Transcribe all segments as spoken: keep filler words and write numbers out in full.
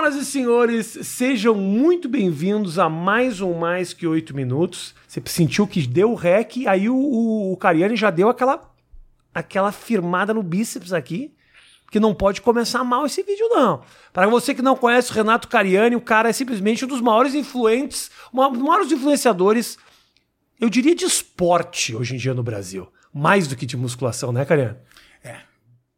Senhoras e senhores, sejam muito bem-vindos a mais um Mais Que Oito Minutos. Você sentiu que deu o rec, aí o, o, o Cariani já deu aquela, aquela firmada no bíceps aqui, que não pode começar mal esse vídeo, não. Para você que não conhece o Renato Cariani, o cara é simplesmente um dos maiores influentes, um dos maiores influenciadores, eu diria, de esporte hoje em dia no Brasil. Mais do que de musculação, né, Cariani? É.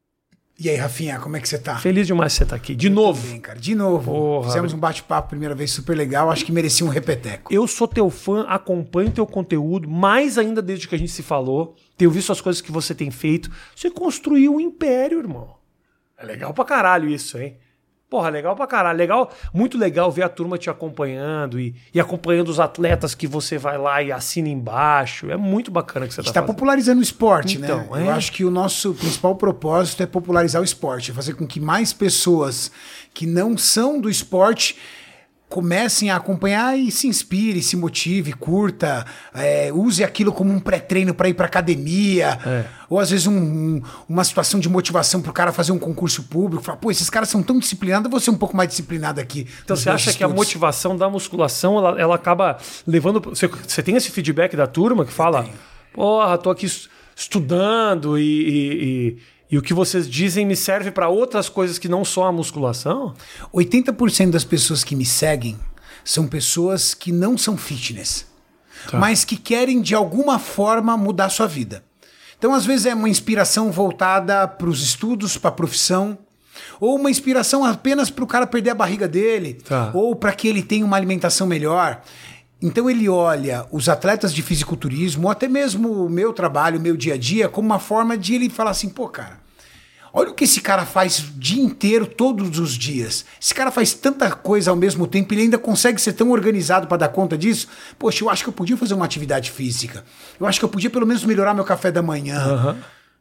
E aí, Rafinha, como é que você tá? Feliz demais de você estar aqui. De eu novo. Bem, cara. De novo. Porra, Fizemos um bate-papo primeira vez super legal. Acho que merecia um repeteco. Eu sou teu fã, acompanho teu conteúdo, mais ainda desde que a gente se falou. Tenho visto as coisas que você tem feito. Você construiu um império, irmão. É legal pra caralho isso, hein? Porra, legal pra caralho. Legal, muito legal ver a turma te acompanhando e, e acompanhando os atletas que você vai lá e assina embaixo. É muito bacana que você tá fazendo. A gente tá popularizando o esporte, então, né? É? Eu acho que o nosso principal propósito é popularizar o esporte. Fazer com que mais pessoas que não são do esporte comecem a acompanhar e se inspire, se motive, curta, é, use aquilo como um pré-treino para ir para academia, é. ou às vezes um, um, uma situação de motivação para o cara fazer um concurso público. Fala, pô, esses caras são tão disciplinados, eu vou ser um pouco mais disciplinado aqui. Então você acha estudos. Que a motivação da musculação, ela, ela acaba levando... Você, você tem esse feedback da turma que fala, porra, tô aqui estudando e... e, e... E o que vocês dizem me serve para outras coisas que não só a musculação? oitenta por cento das pessoas que me seguem são pessoas que não são fitness, tá. mas que querem de alguma forma mudar a sua vida. Então, às vezes, é uma inspiração voltada para os estudos, para a profissão, ou uma inspiração apenas para o cara perder a barriga dele, tá. ou para que ele tenha uma alimentação melhor. Então ele olha os atletas de fisiculturismo, ou até mesmo o meu trabalho, o meu dia a dia, como uma forma de ele falar assim, pô, cara, olha o que esse cara faz o dia inteiro, todos os dias. Esse cara faz tanta coisa ao mesmo tempo, ele ainda consegue ser tão organizado para dar conta disso. Poxa, eu acho que eu podia fazer uma atividade física. Eu acho que eu podia pelo menos melhorar meu café da manhã. Uhum.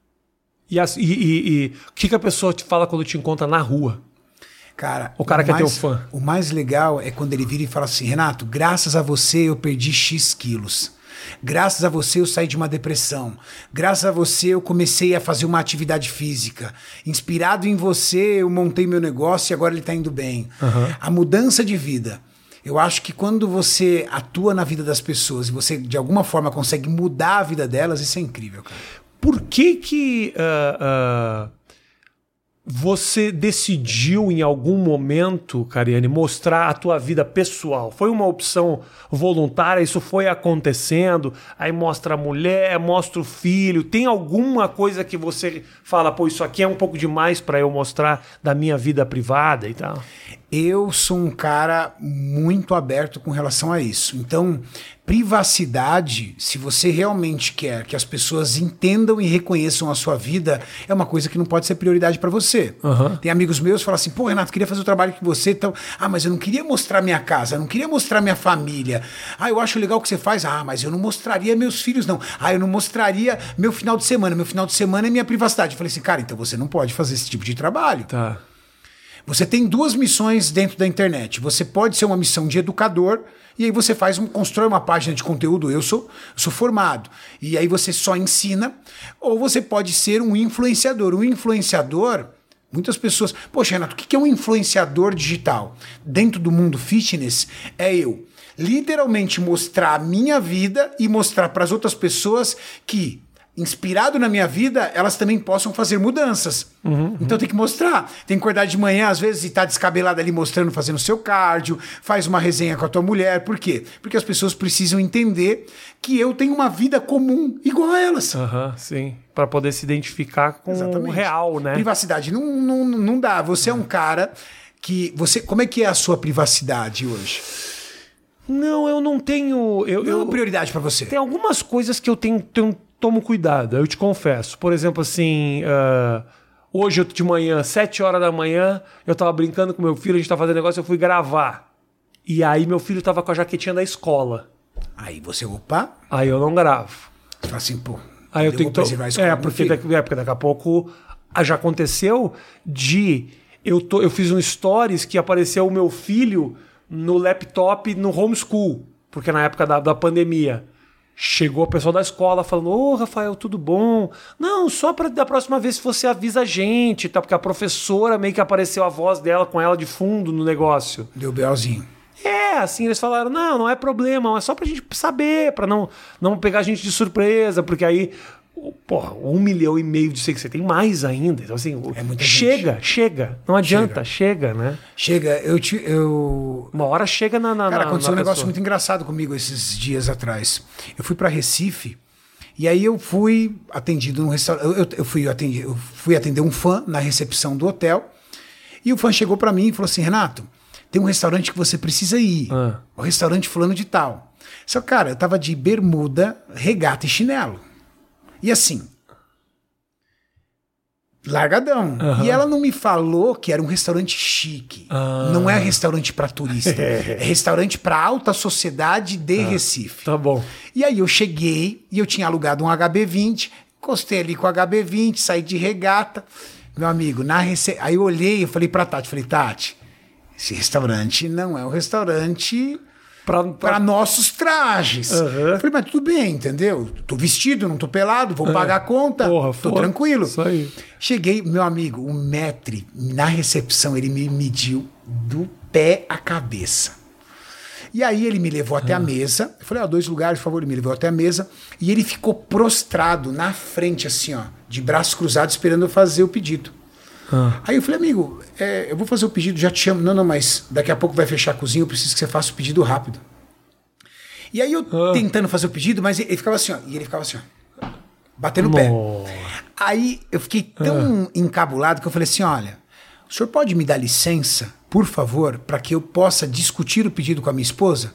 E, as, e, e, e o que, que a pessoa te fala quando te encontra na rua? Cara, o cara o que mais, é teu fã. O mais legal é quando ele vira e fala assim, Renato, graças a você eu perdi X quilos. Graças a você eu saí de uma depressão. Graças a você eu comecei a fazer uma atividade física. Inspirado em você eu montei meu negócio e agora ele está indo bem. Uhum. A mudança de vida. Eu acho que quando você atua na vida das pessoas e você de alguma forma consegue mudar a vida delas, isso é incrível, cara. Por que que... Uh, uh... Você decidiu em algum momento, Cariani, mostrar a tua vida pessoal? Foi uma opção voluntária? Isso foi acontecendo? Aí mostra a mulher, mostra o filho. Tem alguma coisa que você fala, pô, isso aqui é um pouco demais para eu mostrar da minha vida privada e tal? Eu sou um cara muito aberto com relação a isso. Então, privacidade, se você realmente quer que as pessoas entendam e reconheçam a sua vida, é uma coisa que não pode ser prioridade para você. Uhum. Tem amigos meus que falam assim, pô, Renato, queria fazer o trabalho que você... Então, ah, mas eu não queria mostrar minha casa, eu não queria mostrar minha família. Ah, eu acho legal o que você faz. Ah, mas eu não mostraria meus filhos, não. Ah, eu não mostraria meu final de semana. Meu final de semana é minha privacidade. Eu falei assim, cara, então você não pode fazer esse tipo de trabalho. Tá. Você tem duas missões dentro da internet. Você pode ser uma missão de educador e aí você faz um, constrói uma página de conteúdo. Eu sou, sou formado. E aí você só ensina. Ou você pode ser um influenciador. Um influenciador, muitas pessoas... Poxa, Renato, o que é um influenciador digital? Dentro do mundo fitness, é eu literalmente mostrar a minha vida e mostrar para as outras pessoas que... inspirado na minha vida, elas também possam fazer mudanças. Uhum, uhum. Então tem que mostrar. Tem que acordar de manhã, às vezes, e tá descabelado ali mostrando, fazendo seu cardio, faz uma resenha com a tua mulher. Por quê? Porque as pessoas precisam entender que eu tenho uma vida comum igual a elas. Uhum, sim. Para poder se identificar com Exatamente. O real, né? Privacidade não, não, não dá. Você é um cara que... você, como é que é a sua privacidade hoje? Não, eu não tenho... Eu, não eu, é prioridade para você. Tem algumas coisas que eu tenho... tenho tomo cuidado, eu te confesso. Por exemplo, assim, uh, hoje de manhã, sete horas da manhã, eu tava brincando com meu filho, a gente tava fazendo negócio, eu fui gravar. E aí meu filho tava com a jaquetinha da escola. Aí você, opa... Aí eu não gravo. Você fala assim, pô... Aí eu, eu tenho que... preservar a escola é, porque daqui, é, porque daqui a pouco já aconteceu de... Eu, tô, eu fiz um stories que apareceu o meu filho no laptop no homeschool, porque na época da, da pandemia... Chegou o pessoal da escola falando, ô, Rafael, tudo bom? Não, só para da próxima vez se você avisa a gente, tá? Porque a professora meio que apareceu a voz dela com ela de fundo no negócio. Deu belzinho. É, assim, eles falaram, não, não é problema, é só pra gente saber, pra não, não pegar a gente de surpresa, porque aí, porra, um milhão e meio de seguidores, você tem mais ainda. Então, assim, é muita chega, gente. chega, não adianta, chega, chega né? Chega, eu te. Eu... Uma hora chega na. na Cara, aconteceu na um negócio pessoa. muito engraçado comigo esses dias atrás. Eu fui pra Recife e aí eu fui atendido num restaurante. Eu, eu, eu, fui atender, eu fui atender um fã na recepção do hotel e o fã chegou pra mim e falou assim: Renato, tem um restaurante que você precisa ir. Ah. O restaurante fulano de tal. Só que, cara, eu tava de bermuda, regata e chinelo. E assim, largadão. Uhum. E ela não me falou que era um restaurante chique. Ah. Não é restaurante pra turista. É, é restaurante pra alta sociedade de ah. Recife. Tá bom. E aí eu cheguei e eu tinha alugado um H B vinte, encostei ali com o H B vinte, saí de regata. Meu amigo, na rece... aí eu olhei e falei pra Tati, falei, Tati, esse restaurante não é um restaurante para pra... nossos trajes. Uhum. Falei, mas tudo bem, entendeu? Tô vestido, não tô pelado, vou é. pagar a conta, Porra, tô porra. tranquilo. Isso aí. Cheguei, meu amigo, o maître, na recepção, ele me mediu do pé à cabeça. E aí ele me levou até uhum. a mesa. Eu falei, ó, dois lugares, por favor. Ele me levou até a mesa. E ele ficou prostrado na frente, assim, ó, de braços cruzados, esperando eu fazer o pedido. Ah. Aí eu falei, amigo, é, eu vou fazer o pedido, já te chamo. Não, não, mas daqui a pouco vai fechar a cozinha, eu preciso que você faça o pedido rápido. E aí eu ah. tentando fazer o pedido, mas ele ficava assim, ó, e ele ficava assim, ó, batendo o pé. Aí eu fiquei tão ah. encabulado que eu falei assim, olha, o senhor pode me dar licença, por favor, para que eu possa discutir o pedido com a minha esposa?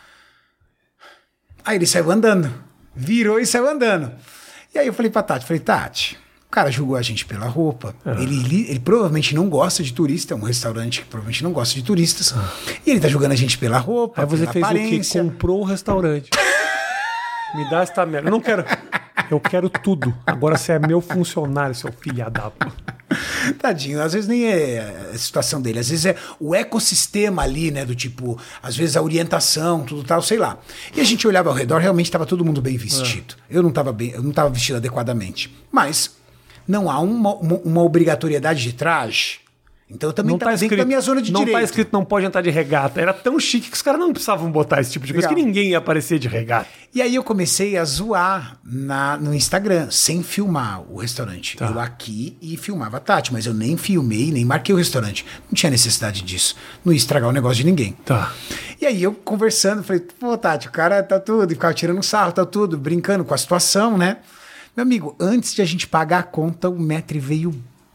Aí ele saiu andando, virou e saiu andando. E aí eu falei pra Tati, falei, Tati... O cara julgou a gente pela roupa. Uhum. Ele, ele, ele provavelmente não gosta de turista. É um restaurante que provavelmente não gosta de turistas. Uhum. E ele tá julgando a gente pela roupa, Aí você pela fez aparência. O quê? Comprou o restaurante. Me dá esta merda. Eu não quero. Eu quero tudo. Agora você é meu funcionário, seu filho da p... Tadinho, às vezes nem é a situação dele, às vezes é o ecossistema ali, né, do tipo, às vezes a orientação, tudo tal, sei lá. E a gente olhava ao redor, realmente estava todo mundo bem vestido. É. Eu não estava bem, eu não estava vestido adequadamente. Mas não há uma, uma, uma obrigatoriedade de traje. Então eu também estava tá dentro da minha zona de não direito. Não tá escrito não pode entrar de regata. Era tão chique que os caras não precisavam botar esse tipo de Legal. coisa, que ninguém ia aparecer de regata. E aí eu comecei a zoar na, no Instagram, sem filmar o restaurante. Tá. Eu aqui e filmava a Tati, mas eu nem filmei, nem marquei o restaurante. Não tinha necessidade disso. Não ia estragar o negócio de ninguém. Tá. E aí eu conversando, falei, pô, Tati, o cara tá tudo, e ficava tirando sarro, tá tudo, brincando com a situação, né? Meu amigo, antes de a gente pagar a conta, o maître veio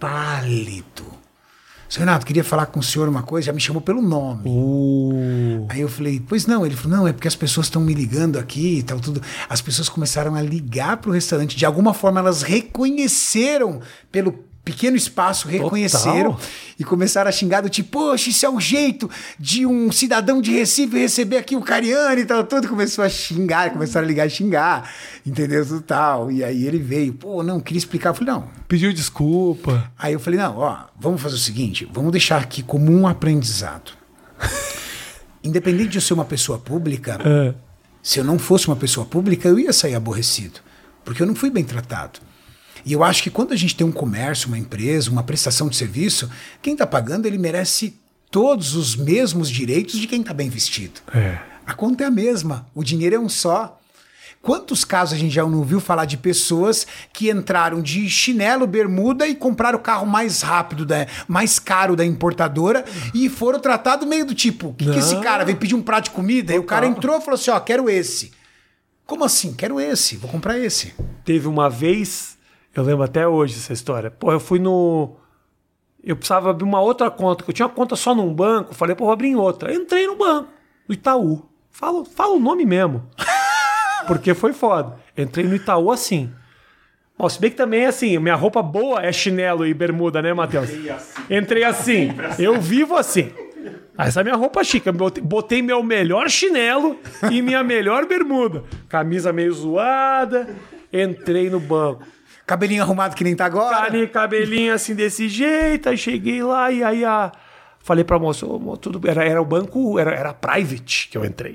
pálido. Seu Renato, queria falar com o senhor uma coisa, já me chamou pelo nome. Uh. Aí eu falei, pois não. Ele falou, não, é porque as pessoas estão me ligando aqui e tal, tudo. As pessoas começaram a ligar pro restaurante. De alguma forma, elas reconheceram pelo pequeno espaço, reconheceram. Total. E começaram a xingar do tipo, poxa, isso é o jeito de um cidadão de Recife receber aqui o Cariani e tal, tudo. Começou a xingar, começaram a ligar e xingar, entendeu? Tudo tal. E aí ele veio, pô, não, queria explicar. Eu falei, não. Pediu desculpa. Aí eu falei, não, ó, vamos fazer o seguinte, vamos deixar aqui como um aprendizado. Independente de eu ser uma pessoa pública, é. se eu não fosse uma pessoa pública, eu ia sair aborrecido, porque eu não fui bem tratado. E eu acho que quando a gente tem um comércio, uma empresa, uma prestação de serviço, quem está pagando, ele merece todos os mesmos direitos de quem está bem vestido. É. A conta é a mesma, o dinheiro é um só. Quantos casos a gente já não ouviu falar de pessoas que entraram de chinelo, bermuda e compraram o carro mais rápido, da, mais caro da importadora e foram tratados meio do tipo, que, que esse cara veio pedir um prato de comida? Total. E o cara entrou e falou assim, ó, quero esse. Como assim? Quero esse, vou comprar esse. Teve uma vez, eu lembro até hoje essa história, pô, eu fui no... Eu precisava abrir uma outra conta, que eu tinha uma conta só num banco, falei, pô, vou abrir em outra. Eu entrei no banco, no Itaú. Fala, fala o nome mesmo. Porque foi foda. Entrei no Itaú assim. Ó, se bem que também é assim, minha roupa boa é chinelo e bermuda, né, Matheus? Entrei assim. Entrei assim. Eu vivo assim. Essa é a minha roupa chique. Eu botei meu melhor chinelo e minha melhor bermuda. Camisa meio zoada. Entrei no banco. Cabelinho arrumado que nem tá agora. Cabelinho assim desse jeito. Aí cheguei lá e aí a... falei pra moça, oh, tudo... era, era o banco, era, era private que eu entrei.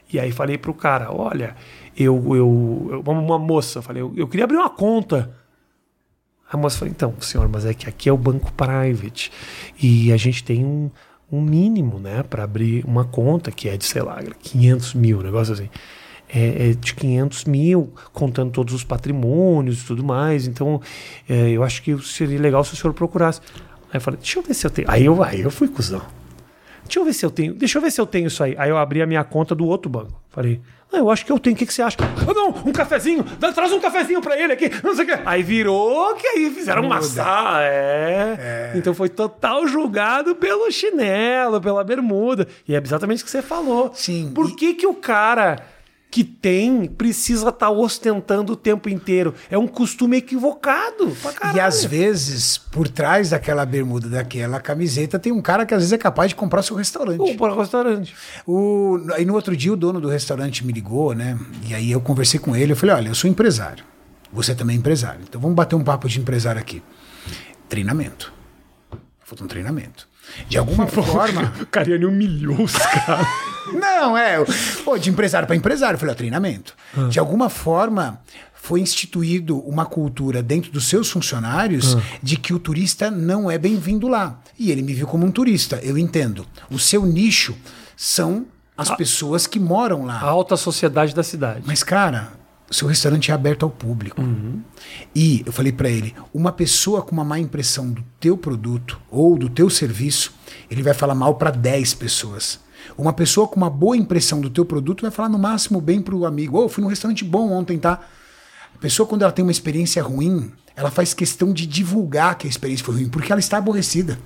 E aí falei pro cara, olha, eu, eu, eu uma, uma moça, falei, eu, eu queria abrir uma conta. A moça falou, então, senhor, mas é que aqui é o banco private e a gente tem um, um mínimo, né, para abrir uma conta que é de, sei lá, quinhentos mil, um negócio assim. É, é de quinhentos mil, contando todos os patrimônios e tudo mais. Então, é, eu acho que seria legal se o senhor procurasse. Aí eu falei, deixa eu ver se eu tenho. Aí eu, aí eu fui cuzão. Deixa eu ver se eu tenho. Deixa eu ver se eu tenho isso aí. Aí eu abri a minha conta do outro banco. Falei, ah, eu acho que eu tenho. O que, que você acha? Ah, não, um cafezinho. Traz um cafezinho pra ele aqui. Não sei o quê. Aí virou que aí fizeram uma sala. É. é. Então foi total julgado pelo chinelo, pela bermuda. E é exatamente o que você falou. Sim. Por que, que o cara que tem precisa estar tá ostentando o tempo inteiro? É um costume equivocado pra caralho. E às vezes, por trás daquela bermuda, daquela camiseta, tem um cara que às vezes é capaz de comprar seu restaurante. Comprar o restaurante. O... Aí no outro dia o dono do restaurante me ligou, né? E aí eu conversei com ele, eu falei, olha, eu sou empresário. Você também é empresário. Então vamos bater um papo de empresário aqui. Treinamento. Falta um treinamento. De alguma forma... O Cariani humilhou os caras. Não, é... Pô, de empresário para empresário, eu falei, ó, treinamento. Ah. De alguma forma, foi instituído uma cultura dentro dos seus funcionários ah. de que o turista não é bem-vindo lá. E ele me viu como um turista, eu entendo. O seu nicho são as a... pessoas que moram lá. A alta sociedade da cidade. Mas, cara... O seu restaurante é aberto ao público. Uhum. E eu falei para ele, uma pessoa com uma má impressão do teu produto ou do teu serviço, ele vai falar mal para dez pessoas. Uma pessoa com uma boa impressão do teu produto vai falar no máximo bem pro amigo. Oh, fui num restaurante bom ontem, tá? A pessoa, quando ela tem uma experiência ruim, ela faz questão de divulgar que a experiência foi ruim, porque ela está aborrecida.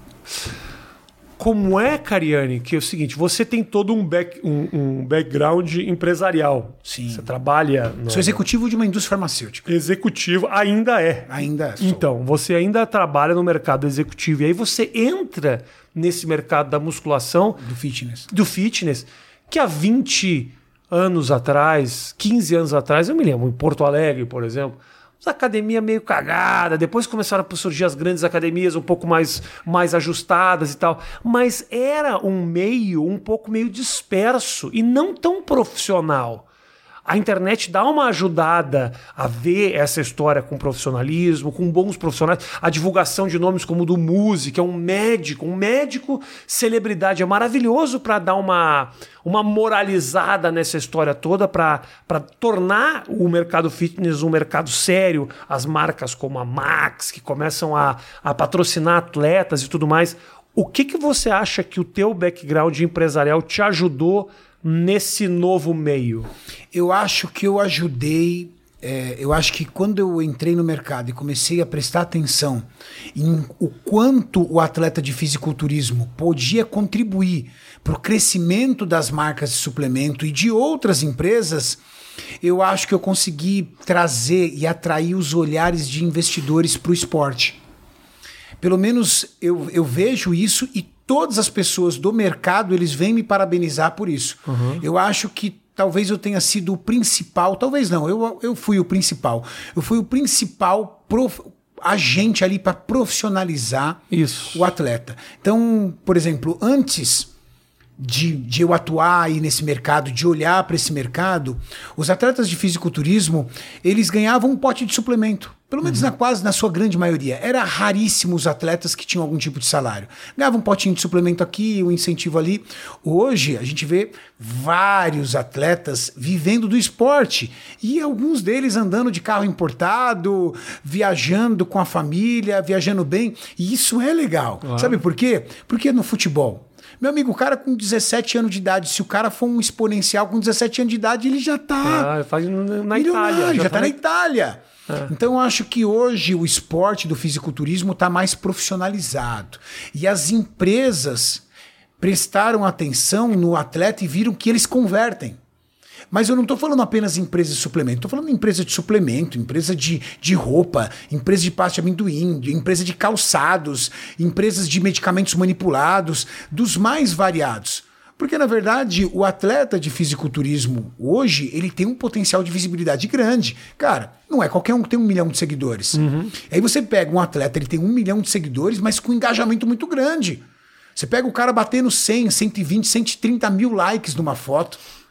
Como é, Cariani, que é o seguinte, você tem todo um, back, um, um background empresarial. Sim. Você trabalha... No... Sou executivo de uma indústria farmacêutica. Executivo, ainda é. Ainda sou. Então, você ainda trabalha no mercado executivo. E aí você entra nesse mercado da musculação... Do fitness. Do fitness, que há vinte anos atrás, quinze anos atrás, eu me lembro, em Porto Alegre, por exemplo... academia meio cagada, depois começaram a surgir as grandes academias um pouco mais, mais ajustadas e tal, mas era um meio um pouco meio disperso e não tão profissional. A internet dá uma ajudada a ver essa história com profissionalismo, com bons profissionais, a divulgação de nomes como o do Muzi, que é um médico, um médico celebridade, é maravilhoso para dar uma, uma moralizada nessa história toda, para tornar o mercado fitness um mercado sério, as marcas como a Max, que começam a, a patrocinar atletas e tudo mais. O que, que você acha que o teu background empresarial te ajudou nesse novo meio? Eu acho que eu ajudei, é, eu acho que quando eu entrei no mercado e comecei a prestar atenção em o quanto o atleta de fisiculturismo podia contribuir para o crescimento das marcas de suplemento e de outras empresas, eu acho que eu consegui trazer e atrair os olhares de investidores para o esporte. Pelo menos eu, eu vejo isso e todas as pessoas do mercado, eles vêm me parabenizar por isso. Uhum. Eu acho que talvez eu tenha sido o principal, talvez não, eu, eu fui o principal. Eu fui o principal prof, agente ali para profissionalizar isso. o atleta. Então, por exemplo, antes de, de eu atuar aí nesse mercado, de olhar para esse mercado, os atletas de fisiculturismo, eles ganhavam um pote de suplemento. Pelo menos uhum. na, quase na sua grande maioria. Era raríssimo os atletas que tinham algum tipo de salário. Ganhavam um potinho de suplemento aqui, um incentivo ali. Hoje, a gente vê vários atletas vivendo do esporte. E alguns deles andando de carro importado, viajando com a família, viajando bem. E isso é legal. Uhum. Sabe por quê? Porque no futebol... Meu amigo, o cara com dezessete anos de idade, se o cara for um exponencial com dezessete anos de idade, ele já tá... Ah, faz na Itália. Já, já tá tá na Itália. É. Então eu acho que hoje o esporte do fisiculturismo está mais profissionalizado. E as empresas prestaram atenção no atleta e viram que eles convertem. Mas eu não estou falando apenas em empresa de suplemento, estou falando em empresa de suplemento, empresa de, de roupa, empresa de pasta de amendoim, empresa de calçados, empresas de medicamentos manipulados, dos mais variados. Porque, na verdade, o atleta de fisiculturismo hoje, ele tem um potencial de visibilidade grande. Cara, não é qualquer um que tem um milhão de seguidores. Uhum. Aí você pega um atleta, ele tem um milhão de seguidores, mas com um engajamento muito grande. Você pega o cara batendo cem, cento e vinte, cento e trinta mil likes numa foto.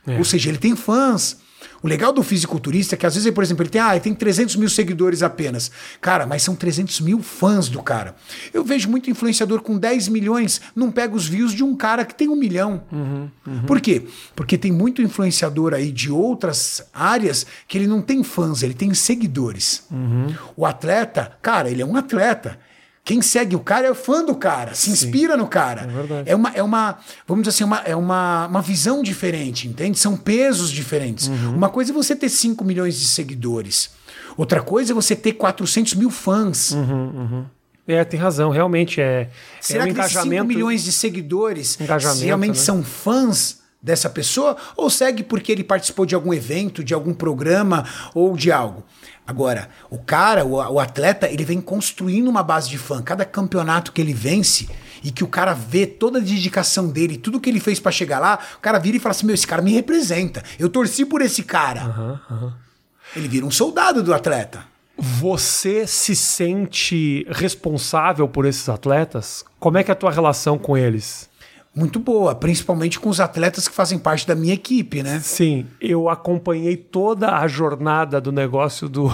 É. Ou seja, ele tem fãs. O legal do fisiculturista é que às vezes, por exemplo, ele tem, ah, ele tem trezentos mil seguidores apenas. Cara, mas são trezentos mil fãs do cara. Eu vejo muito influenciador com dez milhões, não pega os views de um cara que tem um milhão. Uhum, uhum. Por quê? Porque tem muito influenciador aí de outras áreas que ele não tem fãs, ele tem seguidores. Uhum. O atleta, cara, ele é um atleta. Quem segue o cara é fã do cara, se inspira Sim, no cara. É verdade. É uma, é uma, vamos dizer assim, uma, é uma, uma visão diferente, entende? São pesos diferentes. Uhum. Uma coisa é você ter cinco milhões de seguidores. Outra coisa é você ter quatrocentos mil fãs. Uhum, uhum. É, tem razão, realmente é. Será é um que engajamento... esses cinco milhões de seguidores realmente né? são fãs dessa pessoa? Ou segue porque ele participou de algum evento, de algum programa ou de algo? Agora, o cara, o, o atleta, ele vem construindo uma base de fã. Cada campeonato que ele vence e que o cara vê toda a dedicação dele, tudo que ele fez pra chegar lá, o cara vira e fala assim, meu, esse cara me representa. Eu torci por esse cara. Uhum, uhum. Ele vira um soldado do atleta. Você se sente responsável por esses atletas? Como é que é a tua relação com eles? Muito boa, principalmente com os atletas que fazem parte da minha equipe, né? Sim, eu acompanhei toda a jornada do negócio do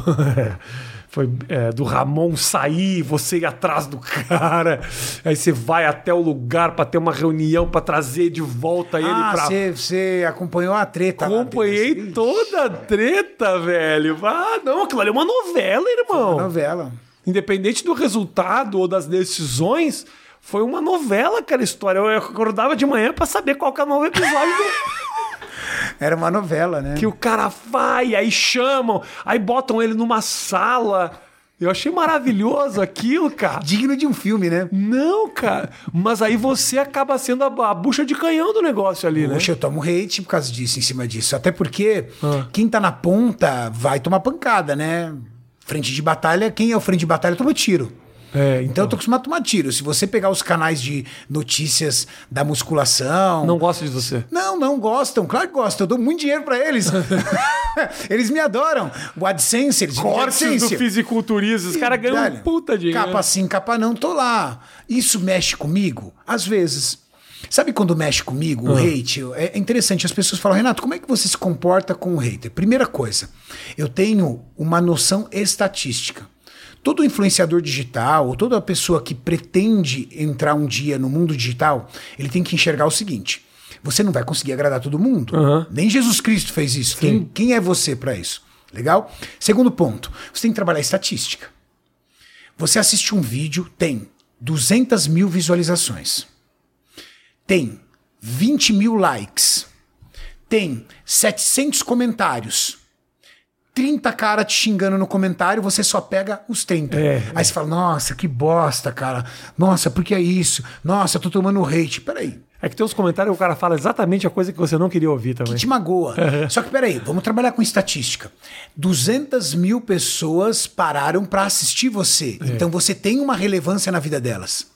foi é, do Ramon sair, você ir atrás do cara, aí você vai até o lugar para ter uma reunião para trazer de volta ele ah, para. Você acompanhou a treta? Acompanhei toda a treta, velho. Ah, não, aquilo ali é uma novela, irmão. Uma novela. Independente do resultado ou das decisões. Foi uma novela, aquela história. Eu acordava de manhã pra saber qual que é o novo episódio. Do... Era uma novela, né? Que o cara vai, aí chamam, aí botam ele numa sala. Eu achei maravilhoso aquilo, cara. Digno de um filme, né? Não, cara. Mas aí você acaba sendo a, a bucha de canhão do negócio ali, Poxa, né? Poxa, eu tomo hate por causa disso, em cima disso. Até porque ah. quem tá na ponta vai tomar pancada, né? Frente de batalha, quem é o frente de batalha toma tiro. É, então. então eu tô acostumado a tomar tiro. Se você pegar os canais de notícias da musculação... Não gostam de você? Não, não gostam. Claro que gostam. Eu dou muito dinheiro pra eles. Eles me adoram. O AdSense, eles cortes do fisiculturismo. Os caras ganham um puta dinheiro. Capa sim, capa não, tô lá. Isso mexe comigo? Às vezes. Sabe quando mexe comigo, uhum. o hate? É interessante, as pessoas falam, Renato, como é que você se comporta com o hater? Primeira coisa, eu tenho uma noção estatística. Todo influenciador digital, ou toda pessoa que pretende entrar um dia no mundo digital, ele tem que enxergar o seguinte, você não vai conseguir agradar todo mundo. Uhum. Nem Jesus Cristo fez isso. Quem, quem é você para isso? Legal? Segundo ponto, você tem que trabalhar estatística. Você assiste um vídeo, tem duzentas mil visualizações. Tem vinte mil likes. Tem setecentos comentários. trinta caras te xingando no comentário, você só pega os trinta. É, Aí é. você fala, nossa, que bosta, cara. Nossa, por que é isso? Nossa, eu tô tomando hate. Peraí. É que tem uns comentários que o cara fala exatamente a coisa que você não queria ouvir também. Que te magoa. Só que peraí, vamos trabalhar com estatística. duzentas mil pessoas pararam pra assistir você. É. Então você tem uma relevância na vida delas.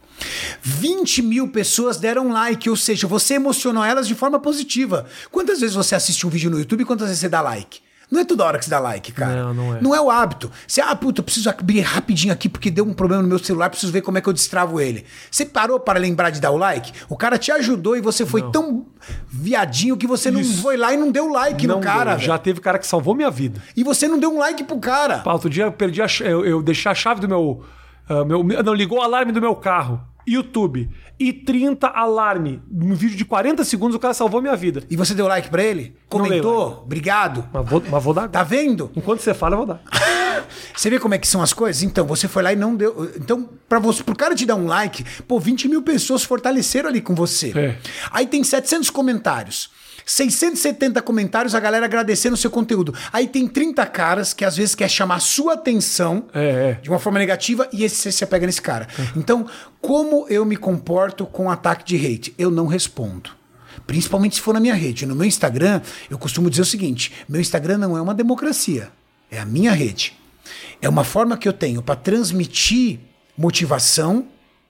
vinte mil pessoas deram like, ou seja, você emocionou elas de forma positiva. Quantas vezes você assiste um vídeo no YouTube e quantas vezes você dá like? Não é toda hora que você dá like, cara. Não, não é. Não é o hábito. Você, ah, puta, eu preciso abrir rapidinho aqui porque deu um problema no meu celular, preciso ver como é que eu destravo ele. Você parou para lembrar de dar o like? O cara te ajudou e você foi não. tão viadinho que você Isso. não foi lá e não deu like não no cara. Deu. Já teve cara que salvou minha vida. E você não deu um like pro cara. Pá, outro dia eu perdi a eu, eu deixei a chave do meu, uh, meu... Não, ligou o alarme do meu carro. YouTube. E trinta alarme. No vídeo de quarenta segundos o cara salvou minha vida. E você deu like pra ele? Comentou? Like. Obrigado. Mas vou, mas vou dar. Tá vendo? Enquanto você fala, eu vou dar. Você vê como é que são as coisas? Então, você foi lá e não deu... Então, pra você, pro cara te dar um like, pô, vinte mil pessoas fortaleceram ali com você. É. Aí tem setecentos comentários. seiscentos e setenta comentários, a galera agradecendo o seu conteúdo. Aí tem trinta caras que às vezes quer chamar a sua atenção é, é. de uma forma negativa e esse, você pega nesse cara. Uhum. Então, como eu me comporto com ataque de hate? Eu não respondo. Principalmente se for na minha rede. No meu Instagram, eu costumo dizer o seguinte, meu Instagram não é uma democracia, é a minha rede. É uma forma que eu tenho para transmitir motivação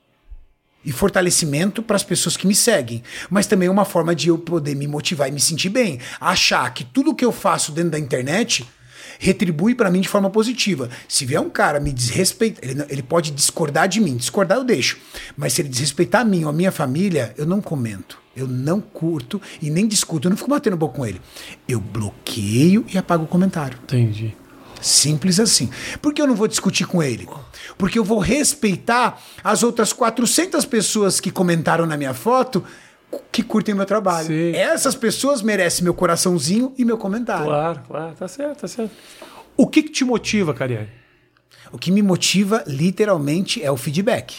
e fortalecimento para as pessoas que me seguem. Mas também é uma forma de eu poder me motivar e me sentir bem. Achar que tudo que eu faço dentro da internet retribui pra mim de forma positiva. Se vier um cara me desrespeitar, ele, ele pode discordar de mim. Discordar eu deixo. Mas se ele desrespeitar a mim ou a minha família, eu não comento. Eu não curto e nem discuto. Eu não fico batendo boca com ele. Eu bloqueio e apago o comentário. Entendi. Simples assim. Por que eu não vou discutir com ele? Porque eu vou respeitar as outras quatrocentas pessoas que comentaram na minha foto que curtem meu trabalho. Sim. Essas pessoas merecem meu coraçãozinho e meu comentário. Claro, claro. Tá certo, tá certo. O que, que te motiva, Cariani? O que me motiva, literalmente, é o feedback.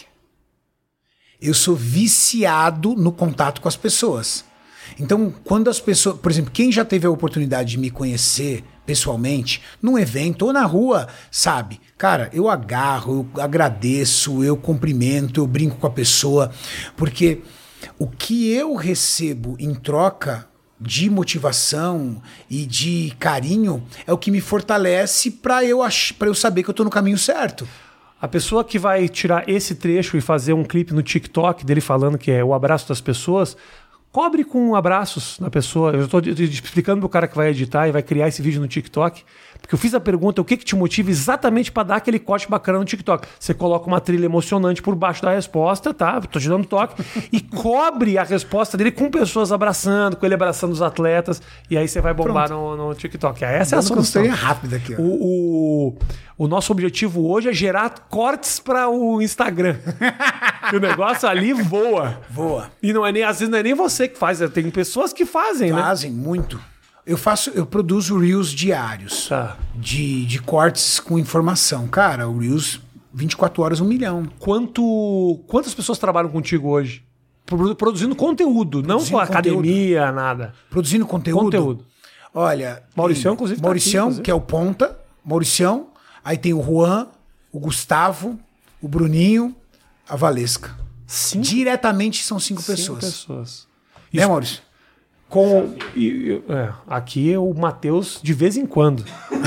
Eu sou viciado no contato com as pessoas. Então, quando as pessoas... Por exemplo, quem já teve a oportunidade de me conhecer pessoalmente, num evento ou na rua, sabe? Cara, eu agarro, eu agradeço, eu cumprimento, eu brinco com a pessoa, porque o que eu recebo em troca de motivação e de carinho é o que me fortalece para eu, ach- pra eu saber que eu tô no caminho certo. A pessoa que vai tirar esse trecho e fazer um clipe no TikTok dele falando que é o abraço das pessoas, cobre com abraços na pessoa. Eu estou explicando pro cara que vai editar e vai criar esse vídeo no TikTok, porque eu fiz a pergunta, o que que te motiva exatamente para dar aquele corte bacana no TikTok? Você coloca uma trilha emocionante por baixo da resposta, tá? Tô te dando toque. E cobre a resposta dele com pessoas abraçando, com ele abraçando os atletas, e aí você vai bombar no, no TikTok. Essa é a Dando solução. consultoria rápida aqui, ó. O, o, o nosso objetivo hoje é gerar cortes para o Instagram. E o negócio ali voa. Voa. E não é nem, às vezes não é nem você que faz, tem pessoas que fazem, né? Fazem muito. Eu faço, eu produzo Reels diários. Tá. De, de cortes com informação. Cara, o Reels, vinte e quatro horas, um milhão. Quanto, quantas pessoas trabalham contigo hoje? Produ- Produzindo conteúdo, não Produzindo com academia, nada. Produzindo conteúdo. Conteúdo. Olha. Mauricião, tem inclusive, tá Mauricião, aqui, inclusive. que é o ponta. Mauricião. Aí tem o Juan, o Gustavo, o Bruninho, a Valesca. Cinco, Diretamente são cinco, cinco pessoas. pessoas. Né, Maurício? Com, e- e- é, aqui é o Matheus de vez em quando.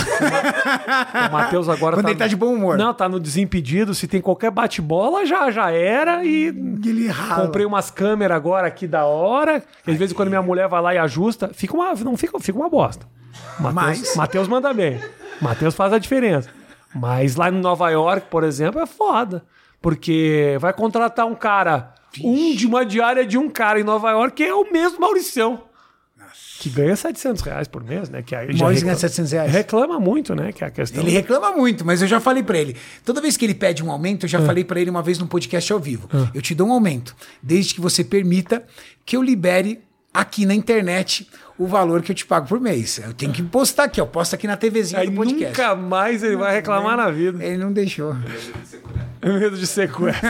O Matheus agora Quando ele tá de bom humor. Não, tá no Desimpedido. Se tem qualquer bate-bola, já, já era. E Ele rala. comprei umas câmeras agora aqui da hora. Que às vezes quando minha mulher vai lá e ajusta, fica uma, não fica, fica uma bosta. Matheus, Mas- Matheus manda bem. Matheus faz a diferença. Mas lá em Nova York, por exemplo, é foda. Porque vai contratar um cara, um de uma diária de um cara em Nova York, que é o mesmo Mauricião. Que ganha setecentos reais por mês, né? Que aí já Maurício ganha reclama- setecentos reais. Reclama muito, né? Que é a questão. Ele reclama muito, mas eu já falei pra ele. Toda vez que ele pede um aumento, eu já falei pra ele uma vez num podcast ao vivo. Eu te dou um aumento, desde que você permita que eu libere aqui na internet o valor que eu te pago por mês. Eu tenho que postar aqui, eu posto aqui na TVzinha Aí do podcast. nunca mais ele vai reclamar na vida. Ele não deixou. Medo de sequestro.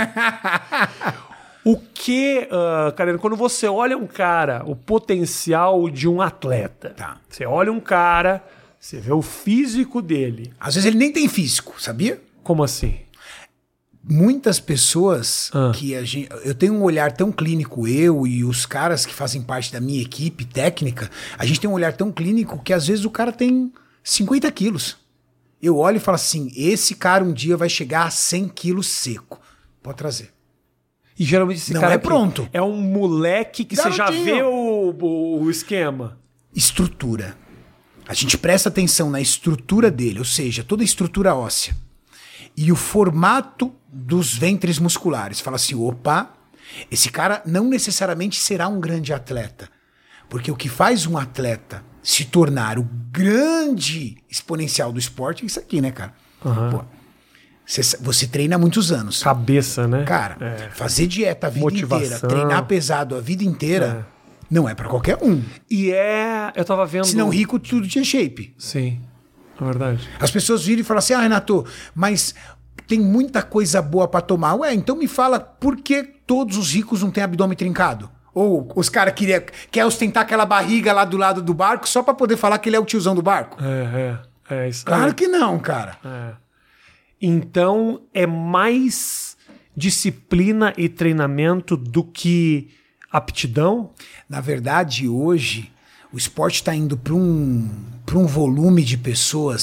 O que, uh, cara, quando você olha um cara, o potencial de um atleta, Tá. você olha um cara, você vê o físico dele. Às vezes ele nem tem físico, sabia? Como assim? Muitas pessoas Ah. que a gente. Eu tenho um olhar tão clínico, eu e os caras que fazem parte da minha equipe técnica, a gente tem um olhar tão clínico que às vezes o cara tem cinquenta quilos. Eu olho e falo assim: esse cara um dia vai chegar a cem quilos seco. Pode trazer. E geralmente esse Não cara é aqui pronto. é um moleque que você já Garotinho. vê o, o, o esquema. Estrutura. A gente presta atenção na estrutura dele, ou seja, toda a estrutura óssea. E o formato dos ventres musculares. Fala assim, opa, esse cara não necessariamente será um grande atleta. Porque o que faz um atleta se tornar o grande exponencial do esporte é isso aqui, né, cara? Aham. Pô, você, você treina há muitos anos. Cabeça, né? Cara, É. fazer dieta a vida Motivação. inteira, treinar pesado a vida inteira, não é pra qualquer um. E é... Eu tava vendo... Se não rico, tudo tinha shape. Sim, é verdade. As pessoas viram e falam assim, ah, Renato, mas tem muita coisa boa pra tomar. Ué, então me fala por que todos os ricos não têm abdômen trincado? Ou os caras querem quer ostentar aquela barriga lá do lado do barco só pra poder falar que ele é o tiozão do barco? É, é. É isso aí. Claro que não, cara. É. Então é mais disciplina e treinamento do que aptidão? Na verdade, hoje, o esporte está indo para um, para um volume de pessoas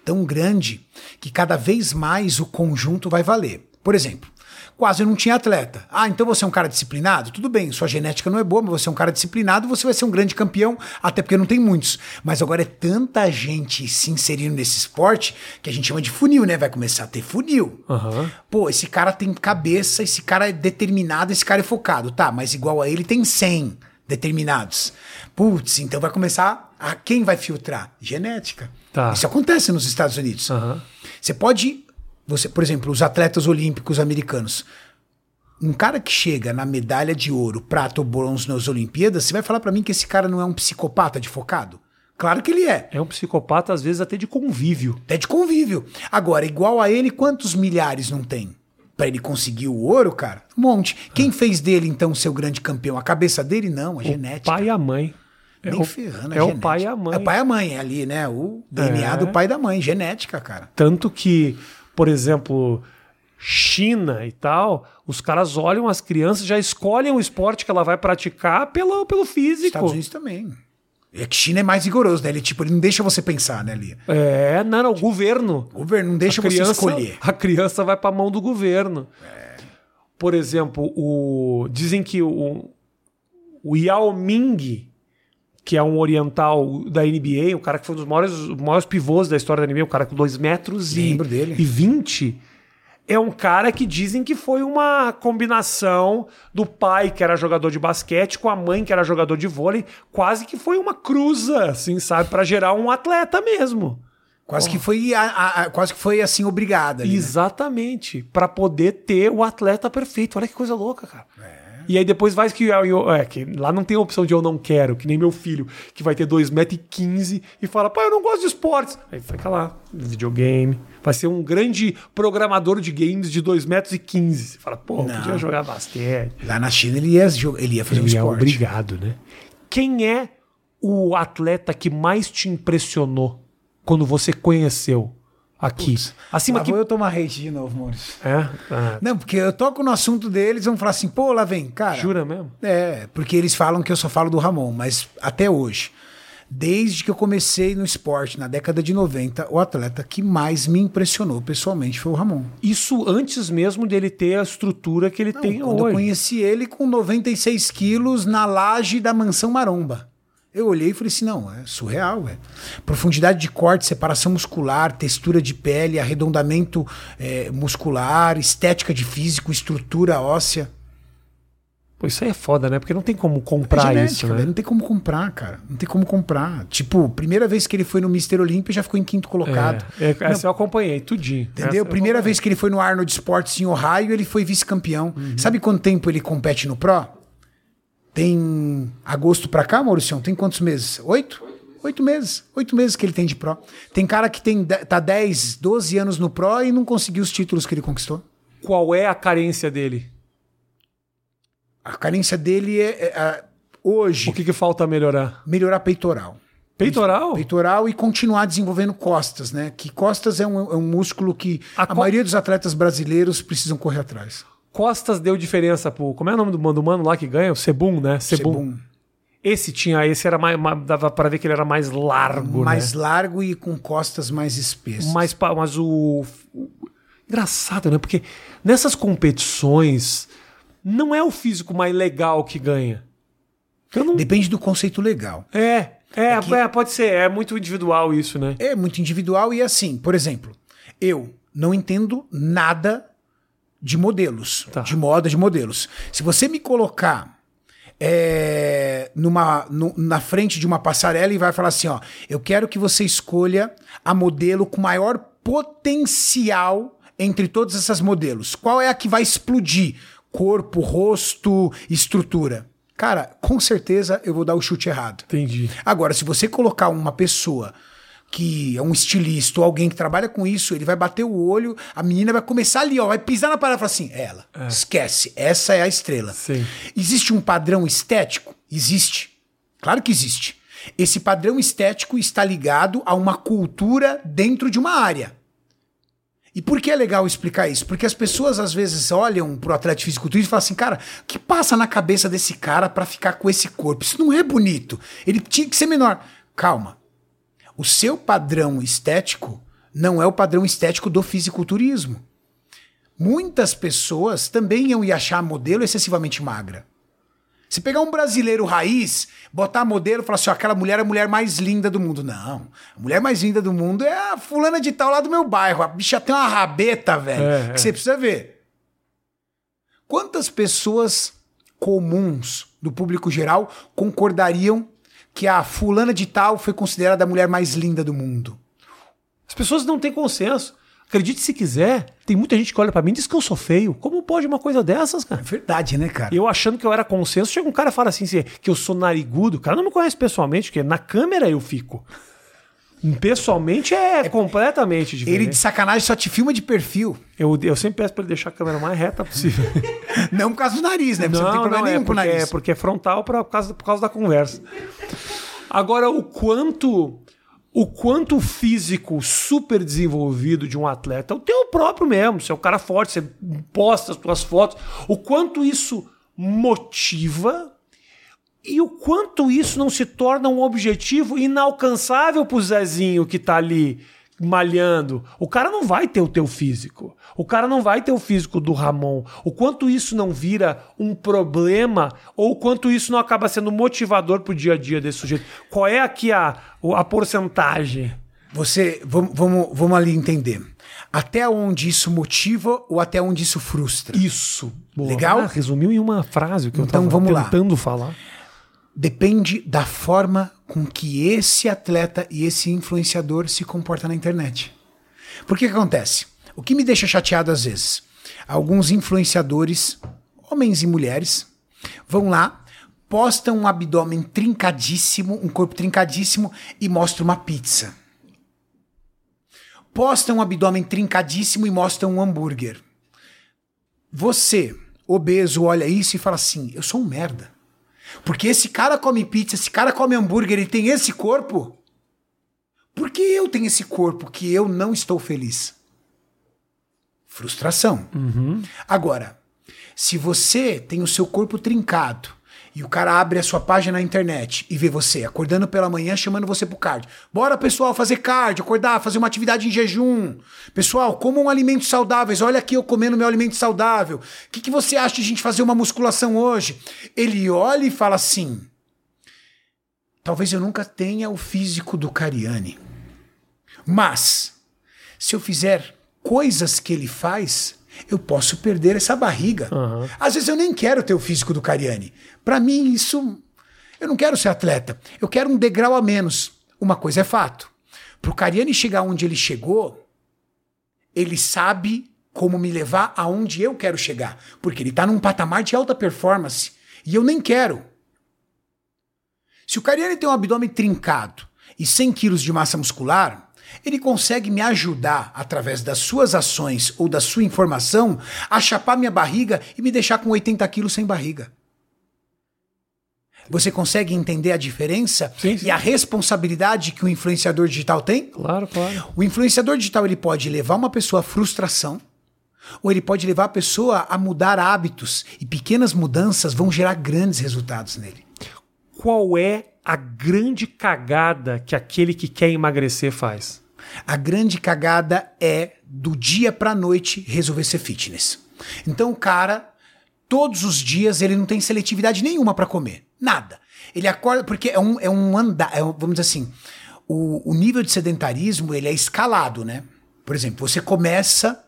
tão grande que cada vez mais o conjunto vai valer. Por exemplo, quase não tinha atleta. Ah, então você é um cara disciplinado? Tudo bem, sua genética não é boa, mas você é um cara disciplinado, você vai ser um grande campeão, até porque não tem muitos. Mas agora é tanta gente se inserindo nesse esporte que a gente chama de funil, né? Vai começar a ter funil. Uhum. Pô, esse cara tem cabeça, esse cara é determinado, esse cara é focado. Tá, mas igual a ele tem cem determinados. Putz, então vai começar a quem vai filtrar? Genética. Tá. Isso acontece nos Estados Unidos. Uhum. Você pode... Você, por exemplo, os atletas olímpicos americanos. Um cara que chega na medalha de ouro, prata ou bronze nas Olimpíadas, você vai falar pra mim que esse cara não é um psicopata de focado? Claro que ele é. É um psicopata, às vezes, até de convívio. Até de convívio. Agora, igual a ele, quantos milhares não tem? Pra ele conseguir o ouro, cara? Um monte. Quem ah. fez dele, então, seu grande campeão? A cabeça dele? Não, a o genética. Pai e a mãe. É Nem o, ferrando, é o pai e a mãe. É o pai e a mãe, é ali, né? O D N A é. do pai e da mãe. Genética, cara. Tanto que... Por exemplo, China e tal, os caras olham as crianças, já escolhem o esporte que ela vai praticar pelo, pelo físico. Estados Unidos também. É que China é mais rigoroso, né? Ele, tipo, ele não deixa você pensar, né, ali. É, não, não, o governo. O governo não deixa criança, você escolher. A criança vai pra mão do governo. É. Por exemplo, o, dizem que o, o Yao Ming, que é um oriental da N B A, um cara que foi um dos maiores, maiores pivôs da história da N B A, um cara com dois metros e, e vinte, é um cara que dizem que foi uma combinação do pai, que era jogador de basquete, com a mãe, que era jogador de vôlei, quase que foi uma cruza, assim, sabe, para gerar um atleta mesmo. Quase, oh. que foi a, a, a, quase que foi assim obrigada. Ali, exatamente, né? Para poder ter o atleta perfeito. Olha que coisa louca, cara. É. E aí depois vai que, eu, é, que lá não tem a opção de eu não quero, que nem meu filho, que vai ter dois metros e quinze e fala, pai, eu não gosto de esportes. Aí fica lá, videogame. Vai ser um grande programador de games de dois metros e quinze. Você fala, pô, não. podia jogar basquete. Lá na China ele ia, ele ia fazer ele um esporte. É obrigado, né? Quem é o atleta que mais te impressionou quando você conheceu aqui? Putz, acima que... vou eu tomar hate de novo, Maurício. É? Ah. Não, porque eu toco no assunto deles e vão falar assim, pô, lá vem, cara. Jura mesmo? É, porque eles falam que eu só falo do Ramon, mas até hoje, desde que eu comecei no esporte, na década de noventa, o atleta que mais me impressionou pessoalmente foi o Ramon. Isso antes mesmo dele ter a estrutura que ele Não, tem quando hoje. Eu conheci ele com noventa e seis quilos na laje da Mansão Maromba. Eu olhei e falei assim, não, é surreal, velho. Profundidade de corte, separação muscular, textura de pele, arredondamento é, muscular, estética de físico, estrutura óssea. Pô, isso aí é foda, né? Porque não tem como comprar é genética, isso, né? Véio, não tem como comprar, cara. Não tem como comprar. Tipo, primeira vez que ele foi no mister Olímpia, já ficou em quinto colocado. É, é, essa eu acompanhei, tudinho. Entendeu? Essa primeira vez que ele foi no Arnold Sports em Ohio, ele foi vice-campeão. Uhum. Sabe quanto tempo ele compete no Pro? Tem agosto pra cá, Maurício? Tem quantos meses? Oito? Oito meses. Oito meses que ele tem de Pro. Tem cara que tem, tá dez, doze anos no Pro e não conseguiu os títulos que ele conquistou. Qual é a carência dele? A carência dele é, é, é hoje... O que, que falta melhorar? Melhorar peitoral. Peitoral? Peitoral e continuar desenvolvendo costas, né? Que costas é um, é um músculo que a, a co... maioria dos atletas brasileiros precisam correr atrás. Costas deu diferença pro... Como é o nome do mano, mano lá que ganha? O Sebum, né? Sebum. Sebum. Esse tinha... Esse era mais... Dava pra ver que ele era mais largo, Mais né? largo e com costas mais espessas. Mas, mas o... Engraçado, né? Porque nessas competições não é o físico mais legal que ganha. Não... Depende do conceito legal. É, é, é, que... é, pode ser. É muito individual isso, né? É muito individual e assim, por exemplo, eu não entendo nada de modelos, tá. de moda de modelos. Se você me colocar é, numa, no, na frente de uma passarela e vai falar assim, ó, eu quero que você escolha a modelo com maior potencial entre todas essas modelos. Qual é a que vai explodir? Corpo, rosto, estrutura. Cara, com certeza eu vou dar o chute errado. Entendi. Agora, se você colocar uma pessoa que é um estilista ou alguém que trabalha com isso, ele vai bater o olho, a menina vai começar ali, ó, vai pisar na parada e falar assim, ela, é. esquece, essa é a estrela. Sim. Existe um padrão estético? Existe. Claro que existe. Esse padrão estético está ligado a uma cultura dentro de uma área. E por que é legal explicar isso? Porque as pessoas às vezes olham pro atleta de fisiculturismo e falam assim, cara, o que passa na cabeça desse cara para ficar com esse corpo? Isso não é bonito. Ele tinha que ser menor. Calma. O seu padrão estético não é o padrão estético do fisiculturismo. Muitas pessoas também iam achar a modelo excessivamente magra. Se pegar um brasileiro raiz, botar a modelo e falar assim, ó, aquela mulher é a mulher mais linda do mundo. Não, a mulher mais linda do mundo é a fulana de tal lá do meu bairro. A bicha tem uma rabeta, velho, é, que é. você precisa ver. Quantas pessoas comuns do público geral concordariam que a fulana de tal foi considerada a mulher mais linda do mundo? As pessoas não têm consenso. Acredite se quiser, tem muita gente que olha pra mim e diz que eu sou feio. Como pode uma coisa dessas, cara? É verdade, né, cara? Eu achando que eu era consenso, chega um cara e fala assim, que eu sou narigudo. O cara não me conhece pessoalmente, porque na câmera eu fico. Pessoalmente é, é completamente diferente. Ele de sacanagem só te filma de perfil. Eu, eu sempre peço pra ele deixar a câmera mais reta possível. Não por causa do nariz, né? Porque não, você não tem problema não, nenhum é com o porque, nariz. é porque é frontal pra, por, causa, por causa da conversa. Agora, o quanto... O quanto o físico super desenvolvido de um atleta, o teu próprio mesmo, você é um cara forte, você posta as tuas fotos, o quanto isso motiva e o quanto isso não se torna um objetivo inalcançável pro Zezinho que tá ali malhando. O cara não vai ter o teu físico. O cara não vai ter o físico do Ramon. O quanto isso não vira um problema ou o quanto isso não acaba sendo motivador pro dia a dia desse sujeito. Qual é aqui a, a porcentagem? Você, vamos, vamos, vamos ali entender. Até onde isso motiva ou até onde isso frustra? Isso. Boa. Legal? Ah, resumiu em uma frase o que Então, eu vamos tava lá. tentando falar. Depende da forma com que esse atleta e esse influenciador se comporta na internet. Por que que acontece? O que me deixa chateado às vezes? Alguns influenciadores, homens e mulheres, vão lá, postam um abdômen trincadíssimo, um corpo trincadíssimo e mostram uma pizza. Postam um abdômen trincadíssimo e mostram um hambúrguer. Você, obeso, olha isso e fala assim, eu sou um merda. Porque esse cara come pizza, esse cara come hambúrguer, ele tem esse corpo. Por que eu tenho esse corpo que eu não estou feliz? Frustração. Uhum. Agora, se você tem o seu corpo trincado e o cara abre a sua página na internet e vê você acordando pela manhã chamando você pro cardio. Bora, pessoal, fazer cardio, acordar, fazer uma atividade em jejum. Pessoal, comam alimentos saudáveis. Olha aqui eu comendo meu alimento saudável. O que, que você acha de a gente fazer uma musculação hoje? Ele olha e fala assim, talvez eu nunca tenha o físico do Cariani. Mas, se eu fizer coisas que ele faz, eu posso perder essa barriga. Uhum. Às vezes eu nem quero ter o físico do Cariani. Pra mim, isso... Eu não quero ser atleta. Eu quero um degrau a menos. Uma coisa é fato. Pro Cariani chegar onde ele chegou, ele sabe como me levar aonde eu quero chegar. Porque ele tá num patamar de alta performance. E eu nem quero. Se o Cariani tem um abdômen trincado e cem quilos de massa muscular... ele consegue me ajudar, através das suas ações ou da sua informação, a chapar minha barriga e me deixar com oitenta quilos sem barriga. Você consegue entender a diferença Sim, sim. e a responsabilidade que o influenciador digital tem? Claro, claro. O influenciador digital ele pode levar uma pessoa à frustração ou ele pode levar a pessoa a mudar hábitos e pequenas mudanças vão gerar grandes resultados nele. Qual é a grande cagada que aquele que quer emagrecer faz? A grande cagada é do dia pra noite resolver ser fitness. Então o cara, todos os dias, ele não tem seletividade nenhuma pra comer. Nada. Ele acorda, porque é um, é um andar, é um, vamos dizer assim, o, o nível de sedentarismo, ele é escalado, né? Por exemplo, você começa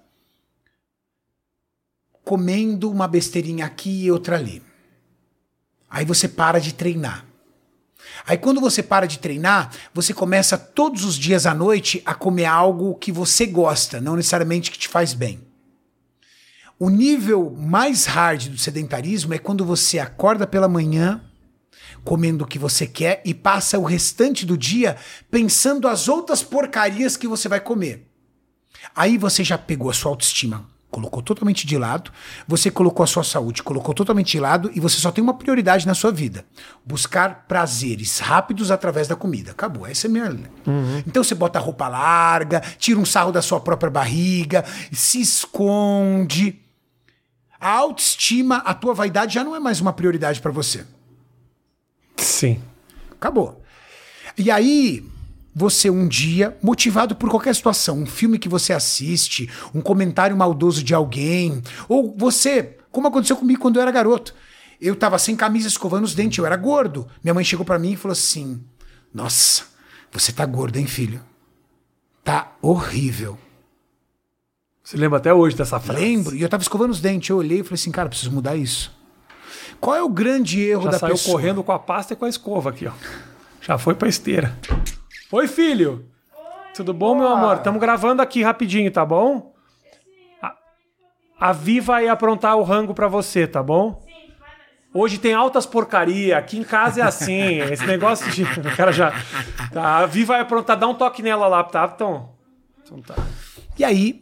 comendo uma besteirinha aqui e outra ali. Aí você para de treinar. Aí quando você para de treinar, você começa todos os dias à noite a comer algo que você gosta, não necessariamente que te faz bem. O nível mais hard do sedentarismo é quando você acorda pela manhã, comendo o que você quer e passa o restante do dia pensando as outras porcarias que você vai comer. Aí você já pegou a sua autoestima, colocou totalmente de lado, você colocou a sua saúde, colocou totalmente de lado e você só tem uma prioridade na sua vida. Buscar prazeres rápidos através da comida. Acabou, essa é a minha... Uhum. Então você bota a roupa larga, tira um sarro da sua própria barriga, se esconde. A autoestima, a tua vaidade já não é mais uma prioridade para você. Sim. Acabou. E aí, você um dia, motivado por qualquer situação, um filme que você assiste, um comentário maldoso de alguém, ou você, como aconteceu comigo quando eu era garoto. Eu tava sem camisa escovando os dentes, eu era gordo. Minha mãe chegou pra mim e falou assim: nossa, você tá gordo, hein, filho? Tá horrível. Você lembra até hoje dessa frase? Lembro, e eu tava escovando os dentes, eu olhei e falei assim, cara, preciso mudar isso. Qual é o grande erro Já da saiu pessoa? correndo com a pasta e com a escova aqui, ó. Já foi pra esteira. Oi, filho. Oi. Tudo bom, meu amor? Estamos gravando aqui rapidinho, tá bom? A, a Vi vai aprontar o rango pra você, tá bom? Sim, vai. Hoje tem altas porcaria. Aqui em casa é assim. Esse negócio de... O cara já... Tá, a Vi vai aprontar. Dá um toque nela lá, tá? Então, então tá. E aí,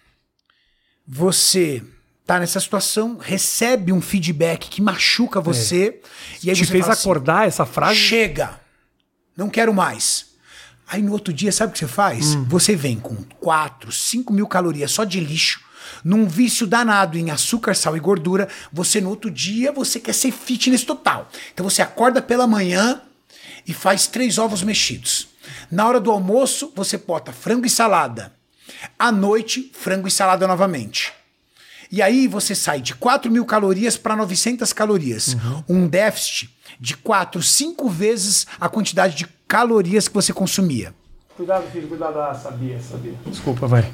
você tá nessa situação, recebe um feedback que machuca você. É. E aí Te você fez fala acordar assim, essa frase? Chega! Não quero mais. Aí no outro dia, sabe o que você faz? Hum. Você vem com quatro, cinco mil calorias só de lixo, num vício danado em açúcar, sal e gordura. Você no outro dia, você quer ser fitness total. Então você acorda pela manhã e faz três ovos mexidos. Na hora do almoço, você bota frango e salada. À noite, frango e salada novamente. E aí você sai de quatro mil calorias para novecentas calorias. Uhum. Um déficit de quatro, cinco vezes a quantidade de calorias que você consumia. Cuidado, filho, cuidado. Ah, sabia, sabia. Desculpa, vai.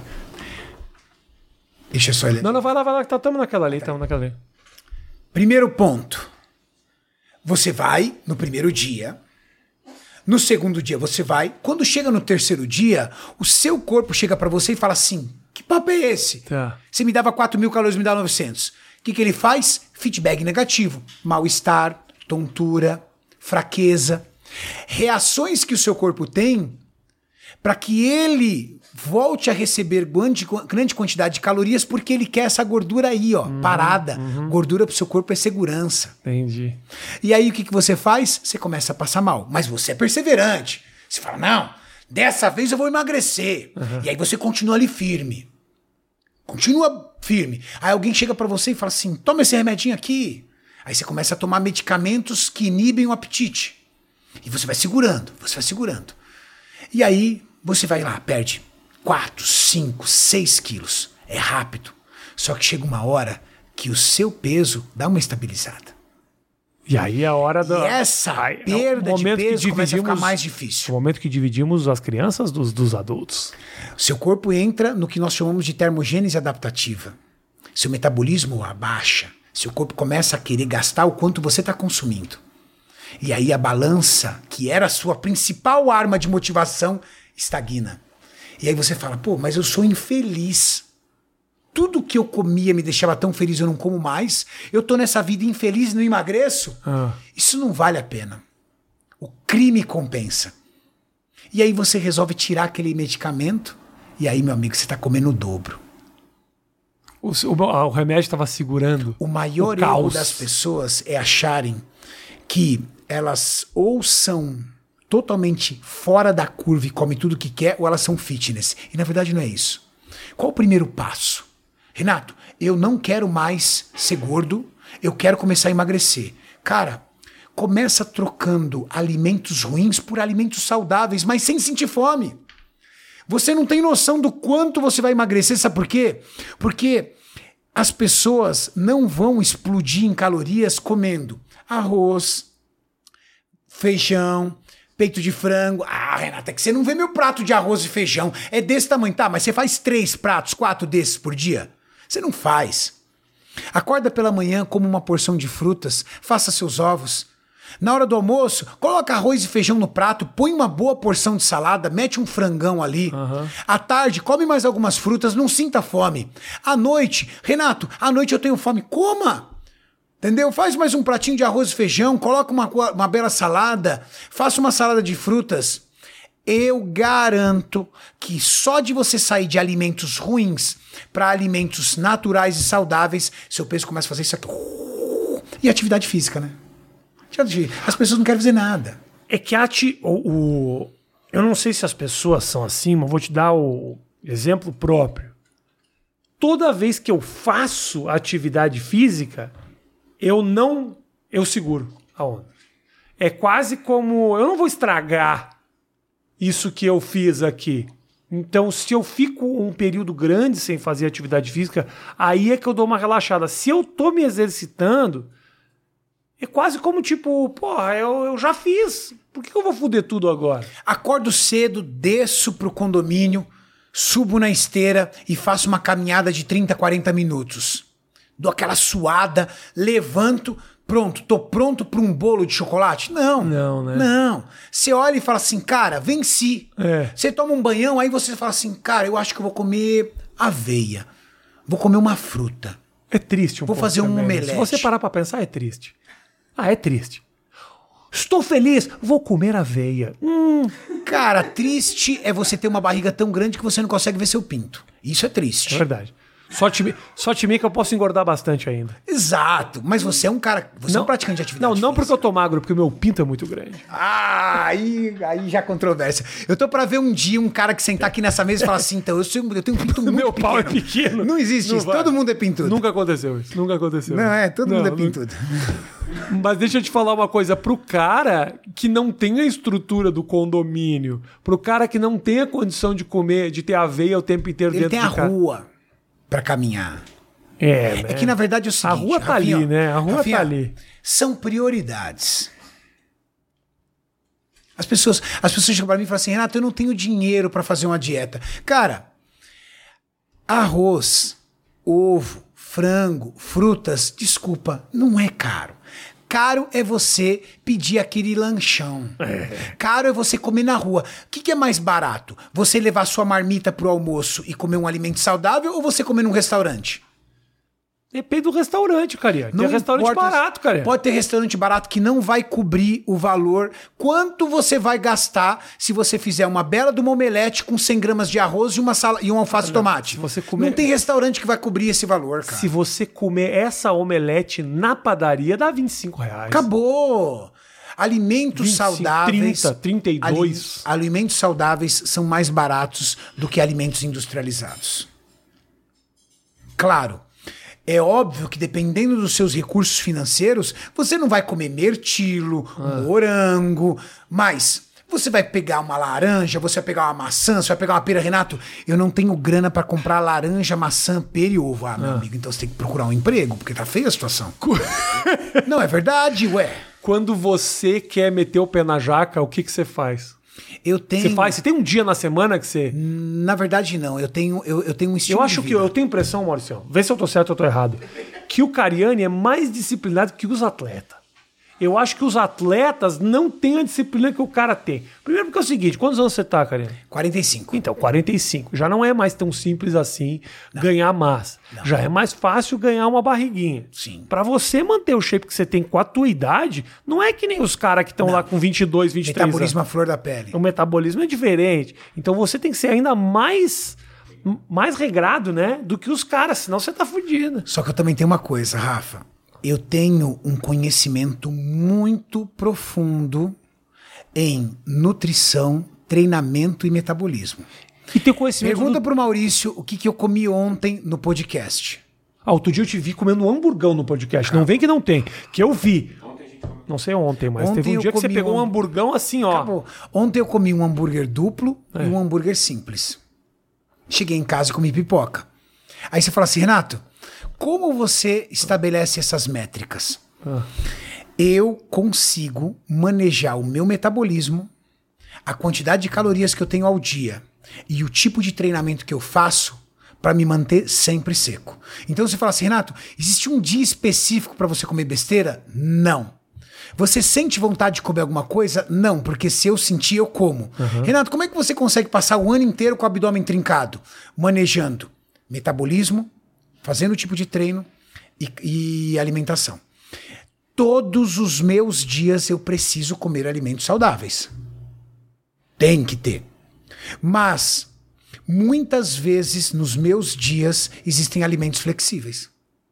Deixa eu só ele. Não, não, vai lá, vai lá, que estamos naquela ali, estamos naquela ali. Primeiro ponto. Você vai no primeiro dia. No segundo dia você vai. Quando chega no terceiro dia, o seu corpo chega pra você e fala assim, que papo é esse? Tá. Você me dava quatro mil calorias, me dá novecentos. O que, que ele faz? Feedback negativo. Mal-estar, tontura, fraqueza. Reações que o seu corpo tem para que ele volte a receber grande, grande quantidade de calorias porque ele quer essa gordura aí, ó, uhum, parada. Uhum. Gordura pro seu corpo é segurança. Entendi. E aí o que, que você faz? Você começa a passar mal. Mas você é perseverante. Você fala, não, dessa vez eu vou emagrecer. Uhum. E aí você continua ali firme. Continua firme. Aí alguém chega para você e fala assim, toma esse remedinho aqui. Aí você começa a tomar medicamentos que inibem o apetite. E você vai segurando, você vai segurando. E aí você vai lá, perde quatro, cinco, seis quilos. É rápido. Só que chega uma hora que o seu peso dá uma estabilizada. E aí é a hora da... E essa aí, perda é de peso começa a ficar mais difícil. É o momento que dividimos as crianças dos, dos adultos. Seu corpo entra no que nós chamamos de termogênese adaptativa. Seu metabolismo abaixa. Seu corpo começa a querer gastar o quanto você está consumindo. E aí a balança, que era a sua principal arma de motivação, estagna. E aí você fala, pô, mas eu sou infeliz. Tudo que eu comia me deixava tão feliz, eu não como mais. Eu tô nessa vida infeliz e não emagreço. Ah. Isso não vale a pena. O crime compensa. E aí você resolve tirar aquele medicamento e aí, meu amigo, você tá comendo o dobro. O, o, o remédio estava segurando. O maior o erro caos. das pessoas é acharem que elas ou são totalmente fora da curva e comem tudo que quer, ou elas são fitness. E na verdade não é isso. Qual o primeiro passo? Renato, eu não quero mais ser gordo, eu quero começar a emagrecer. Cara, começa trocando alimentos ruins por alimentos saudáveis, mas sem sentir fome. Você não tem noção do quanto você vai emagrecer, sabe por quê? Porque as pessoas não vão explodir em calorias comendo arroz, feijão, peito de frango. Ah, Renata, é que você não vê meu prato de arroz e feijão. É desse tamanho, tá? Mas você faz três pratos, quatro desses por dia? Você não faz. Acorda pela manhã, come uma porção de frutas, faça seus ovos. Na hora do almoço, coloca arroz e feijão no prato, põe uma boa porção de salada, mete um frangão ali. Uhum. À tarde, come mais algumas frutas, não sinta fome. À noite, Renato, à noite eu tenho fome. Coma! Entendeu? Faz mais um pratinho de arroz e feijão, coloca uma, uma bela salada, faça uma salada de frutas. Eu garanto que só de você sair de alimentos ruins para alimentos naturais e saudáveis, seu peso começa a fazer isso aqui. E atividade física, né? As pessoas não querem fazer nada. É que a ti, o, o, eu não sei se as pessoas são assim, mas vou te dar o exemplo próprio. Toda vez que eu faço atividade física, eu não... Eu seguro a onda. É quase como... Eu não vou estragar isso que eu fiz aqui. Então, se eu fico um período grande sem fazer atividade física, aí é que eu dou uma relaxada. Se eu tô me exercitando, é quase como tipo, porra, eu, eu já fiz. Por que eu vou foder tudo agora? Acordo cedo, desço pro condomínio, subo na esteira e faço uma caminhada de trinta, quarenta minutos. Dou aquela suada, levanto, pronto, tô pronto para um bolo de chocolate? Não. Não, né? Não. Você olha e fala assim, cara, venci. É. Você toma um banhão, aí você fala assim, cara, eu acho que eu vou comer aveia. Vou comer uma fruta. É triste um Vou pouco fazer um também. omelete. Se você parar pra pensar, é triste. Ah, é triste. Estou feliz, vou comer aveia. Hum. Cara, triste é você ter uma barriga tão grande que você não consegue ver seu pinto. Isso é triste. É verdade. Só te, só te mim que eu posso engordar bastante ainda. Exato. Mas você é um cara. Você não, é um praticante de atividade Não, não física. porque eu tô magro, porque o meu pinto é muito grande. Ah, aí, aí já controvérsia. Eu tô pra ver um dia um cara que sentar aqui nessa mesa e falar assim, então, eu, sou, eu tenho um pinto muito Meu pequeno. pau é pequeno. Não existe Não isso. vai. Todo mundo é pintudo. Nunca aconteceu isso. Nunca aconteceu. Não, é, todo Não, mundo é não- pintudo. Mas deixa eu te falar uma coisa. Pro cara que não tem a estrutura do condomínio, pro cara que não tem a condição de comer, de ter aveia o tempo inteiro Ele dentro tem de a casa. rua pra caminhar. É, né? É que na verdade é o seguinte... A rua tá Rafinha, ali, né? A rua Rafinha, tá ali. São prioridades. As pessoas, as pessoas chegam pra mim e falam assim, Renato, eu não tenho dinheiro pra fazer uma dieta. Cara, arroz, ovo, frango, frutas, desculpa, não é caro. Caro é você pedir aquele lanchão. É. Caro é você comer na rua. O que, que é mais barato? Você levar sua marmita pro almoço e comer um alimento saudável ou você comer num restaurante? Depende do restaurante, cara. Tem Não restaurante importa- barato, cara. Pode ter restaurante barato que não vai cobrir o valor. Quanto você vai gastar se você fizer uma bela de uma omelete com cem gramas de arroz e uma sala e um alface e tomate? se você comer- Não tem restaurante que vai cobrir esse valor, cara. Se você comer essa omelete na padaria, dá vinte e cinco reais. Acabou! Alimentos vinte e cinco, saudáveis. trinta, trinta e dois. ali- Alimentos saudáveis são mais baratos do que alimentos industrializados. Claro. É óbvio que dependendo dos seus recursos financeiros, você não vai comer mirtilo, Ah. morango, mas você vai pegar uma laranja, você vai pegar uma maçã, você vai pegar uma pera. Renato, eu não tenho grana pra comprar laranja, maçã, pera e ovo. Ah, meu Ah. amigo, então você tem que procurar um emprego, porque tá feia a situação. Não, é verdade, ué. Quando você quer meter o pé na jaca, o que, que você faz? Eu tenho... Você faz? Você tem um dia na semana que você... Na verdade, não. Eu tenho, eu, eu tenho um estilo Eu acho de que vida. eu tenho impressão, Maurício, vê se eu tô certo ou eu tô errado, que o Cariani é mais disciplinado que os atletas. Eu acho que os atletas não têm a disciplina que o cara tem. Primeiro porque é o seguinte, quantos anos você tá, Cariani? quarenta e cinco. Então, quarenta e cinco. Já não é mais tão simples assim ganhar massa. Já é mais fácil ganhar uma barriguinha. Sim. Pra você manter o shape que você tem com a tua idade, não é que nem os caras que estão lá com vinte e dois, vinte e três anos. Metabolismo à flor da pele. O metabolismo é diferente. Então você tem que ser ainda mais, mais regrado, né? Do que os caras, senão você tá fudido. Só que eu também tenho uma coisa, Rafa. Eu tenho um conhecimento muito profundo em nutrição, treinamento e metabolismo. E ter conhecimento. Pergunta do... pro Maurício o que, que eu comi ontem no podcast. Ah, outro dia eu te vi comendo um hamburgão no podcast. Não vem que não tem. Que eu vi. Não sei ontem, mas Ontem teve um eu dia que você comi pegou um um- hamburgão assim, ó. Acabou. Ontem eu comi um hambúrguer duplo É. e um hambúrguer simples. Cheguei em casa e comi pipoca. Aí você fala assim, Renato, como você estabelece essas métricas? Ah. Eu consigo manejar o meu metabolismo, a quantidade de calorias que eu tenho ao dia e o tipo de treinamento que eu faço para me manter sempre seco. Então você fala assim, Renato, existe um dia específico para você comer besteira? Não. Você sente vontade de comer alguma coisa? Não, porque se eu sentir, eu como. Renato, como é que você consegue passar o ano inteiro com o abdômen trincado? Manejando metabolismo, fazendo o tipo de treino e, e alimentação. Todos os meus dias eu preciso comer alimentos saudáveis. Tem que ter. Mas, muitas vezes, nos meus dias, existem alimentos flexíveis.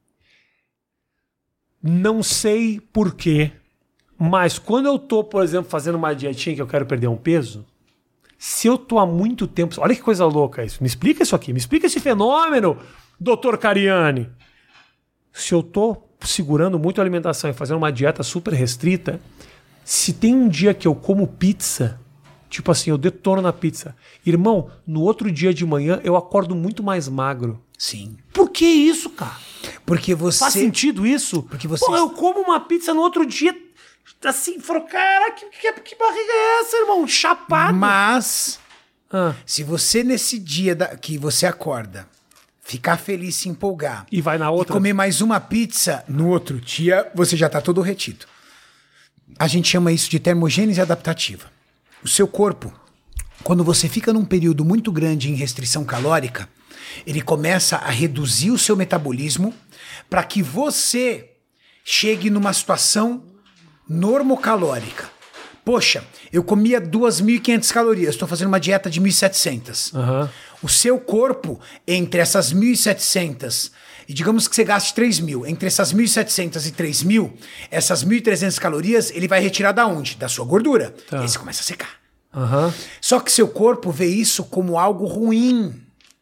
Não sei porquê, mas quando eu tô, por exemplo, fazendo uma dietinha que eu quero perder um peso, se eu tô há muito tempo... Olha que coisa louca isso. Me explica isso aqui. Me explica esse fenômeno, doutor Cariani. Se eu tô segurando muito a alimentação e fazendo uma dieta super restrita, se tem um dia que eu como pizza, Tipo assim, eu detono na pizza. Irmão, no outro dia de manhã eu acordo muito mais magro. Sim. Por que isso, cara? Porque você... Faz sentido isso? Porque você... Pô, eu como uma pizza no outro dia, assim, falo, cara, que, que, que barriga é essa, irmão? Chapado. Mas, Ah. se você nesse dia da... que você acorda, ficar feliz, se empolgar... E vai na outra? E comer mais uma pizza, no outro dia você já tá todo retido. A gente chama isso de termogênese adaptativa. O seu corpo, quando você fica num período muito grande em restrição calórica, ele começa a reduzir o seu metabolismo para que você chegue numa situação normocalórica. Poxa, eu comia duas mil e quinhentas calorias, estou fazendo uma dieta de mil e setecentas. Uhum. O seu corpo, entre essas mil e setecentas, e digamos que você gaste três mil, entre essas mil e setecentas e três mil, essas mil e trezentas calorias, ele vai retirar da onde? Da sua gordura. Tá. E aí você começa a secar. Uhum. Só que seu corpo vê isso como algo ruim.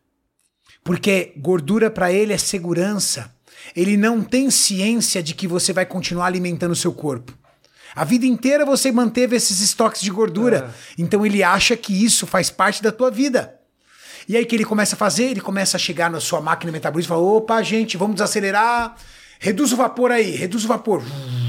Porque gordura para ele é segurança. Ele não tem ciência de que você vai continuar alimentando o seu corpo. A vida inteira você manteve esses estoques de gordura. É. Então ele acha que isso faz parte da tua vida. E aí que ele começa a fazer? Ele começa a chegar na sua máquina metabolística e fala, opa, gente, vamos desacelerar. Reduz o vapor aí, reduz o vapor.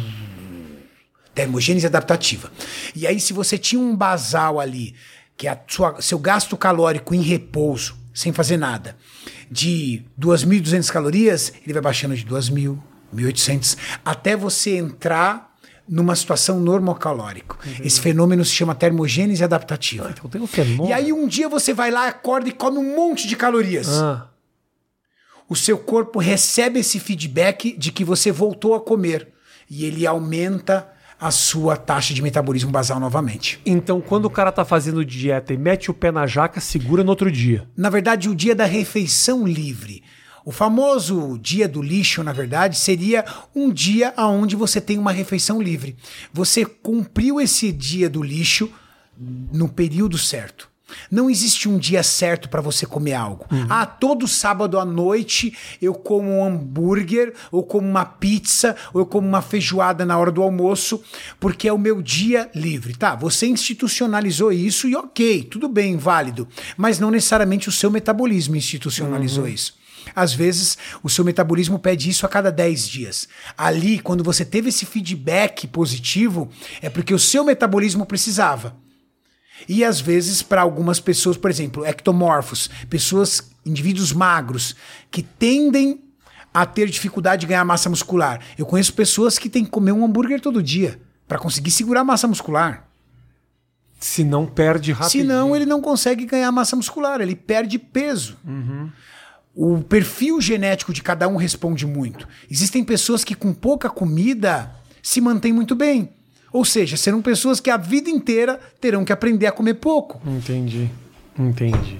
Termogênese adaptativa. E aí se você tinha um basal ali, que é a sua, seu gasto calórico em repouso, sem fazer nada, de duas mil e duzentas calorias, ele vai baixando de duas mil, mil e oitocentas, até você entrar numa situação normocalórica. Uhum. Esse fenômeno se chama termogênese adaptativa. Ah, então tem um fenômeno. E aí um dia você vai lá, acorda e come um monte de calorias. Ah. O seu corpo recebe esse feedback de que você voltou a comer. E ele aumenta a sua taxa de metabolismo basal novamente. Então, quando o cara tá fazendo dieta e mete o pé na jaca, segura no outro dia. Na verdade, o dia da refeição livre. O famoso dia do lixo, na verdade, seria um dia onde você tem uma refeição livre. Você cumpriu esse dia do lixo no período certo. Não existe um dia certo para você comer algo. Uhum. Ah, todo sábado à noite eu como um hambúrguer, ou como uma pizza, ou eu como uma feijoada na hora do almoço, porque é o meu dia livre. Tá, você institucionalizou isso e ok, tudo bem, válido. Mas não necessariamente o seu metabolismo institucionalizou uhum. isso. Às vezes, o seu metabolismo pede isso a cada dez dias. Ali, quando você teve esse feedback positivo, é porque o seu metabolismo precisava. E às vezes, para algumas pessoas, por exemplo, ectomorfos, pessoas, indivíduos magros, que tendem a ter dificuldade de ganhar massa muscular. Eu conheço pessoas que têm que comer um hambúrguer todo dia para conseguir segurar a massa muscular. Se não perde rapidinho. Senão ele não consegue ganhar massa muscular, ele perde peso. Uhum. O perfil genético de cada um responde muito. Existem pessoas que com pouca comida se mantêm muito bem. Ou seja, serão pessoas que a vida inteira terão que aprender a comer pouco. Entendi, entendi.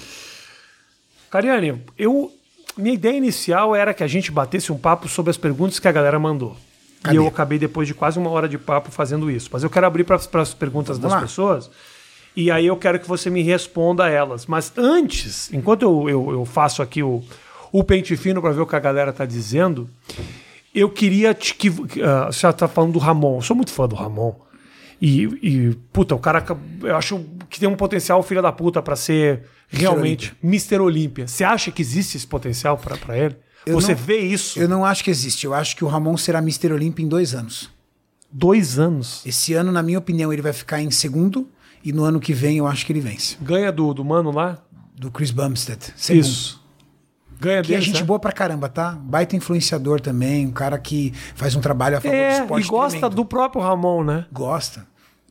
Cariani, eu, minha ideia inicial era que a gente batesse um papo sobre as perguntas que a galera mandou. Cadê? E eu acabei depois de quase uma hora de papo fazendo isso. Mas eu quero abrir para as perguntas Vamos das lá. pessoas. E aí eu quero que você me responda a elas. Mas antes, enquanto eu, eu, eu faço aqui o, o pente fino para ver o que a galera está dizendo... Eu queria te, que. Uh, você já tá falando do Ramon. Eu sou muito fã do Ramon. E, e, puta, o cara. Eu acho que tem um potencial, filho da puta, pra ser realmente mister Olímpia. Você acha que existe esse potencial pra, pra ele? Eu Você não, vê isso? Eu não acho que existe. Eu acho que o Ramon será mister Olímpia em dois anos. Dois anos? Esse ano, na minha opinião, ele vai ficar em segundo. E no ano que vem, eu acho que ele vence. Ganha do, do mano lá? Do Chris Bumstead. Segundo. Isso. Ganha que dele, é gente né? boa pra caramba, tá? Baita influenciador também, um cara que faz um trabalho a favor é, do esporte. E gosta tremendo. do próprio Ramon, né? Gosta.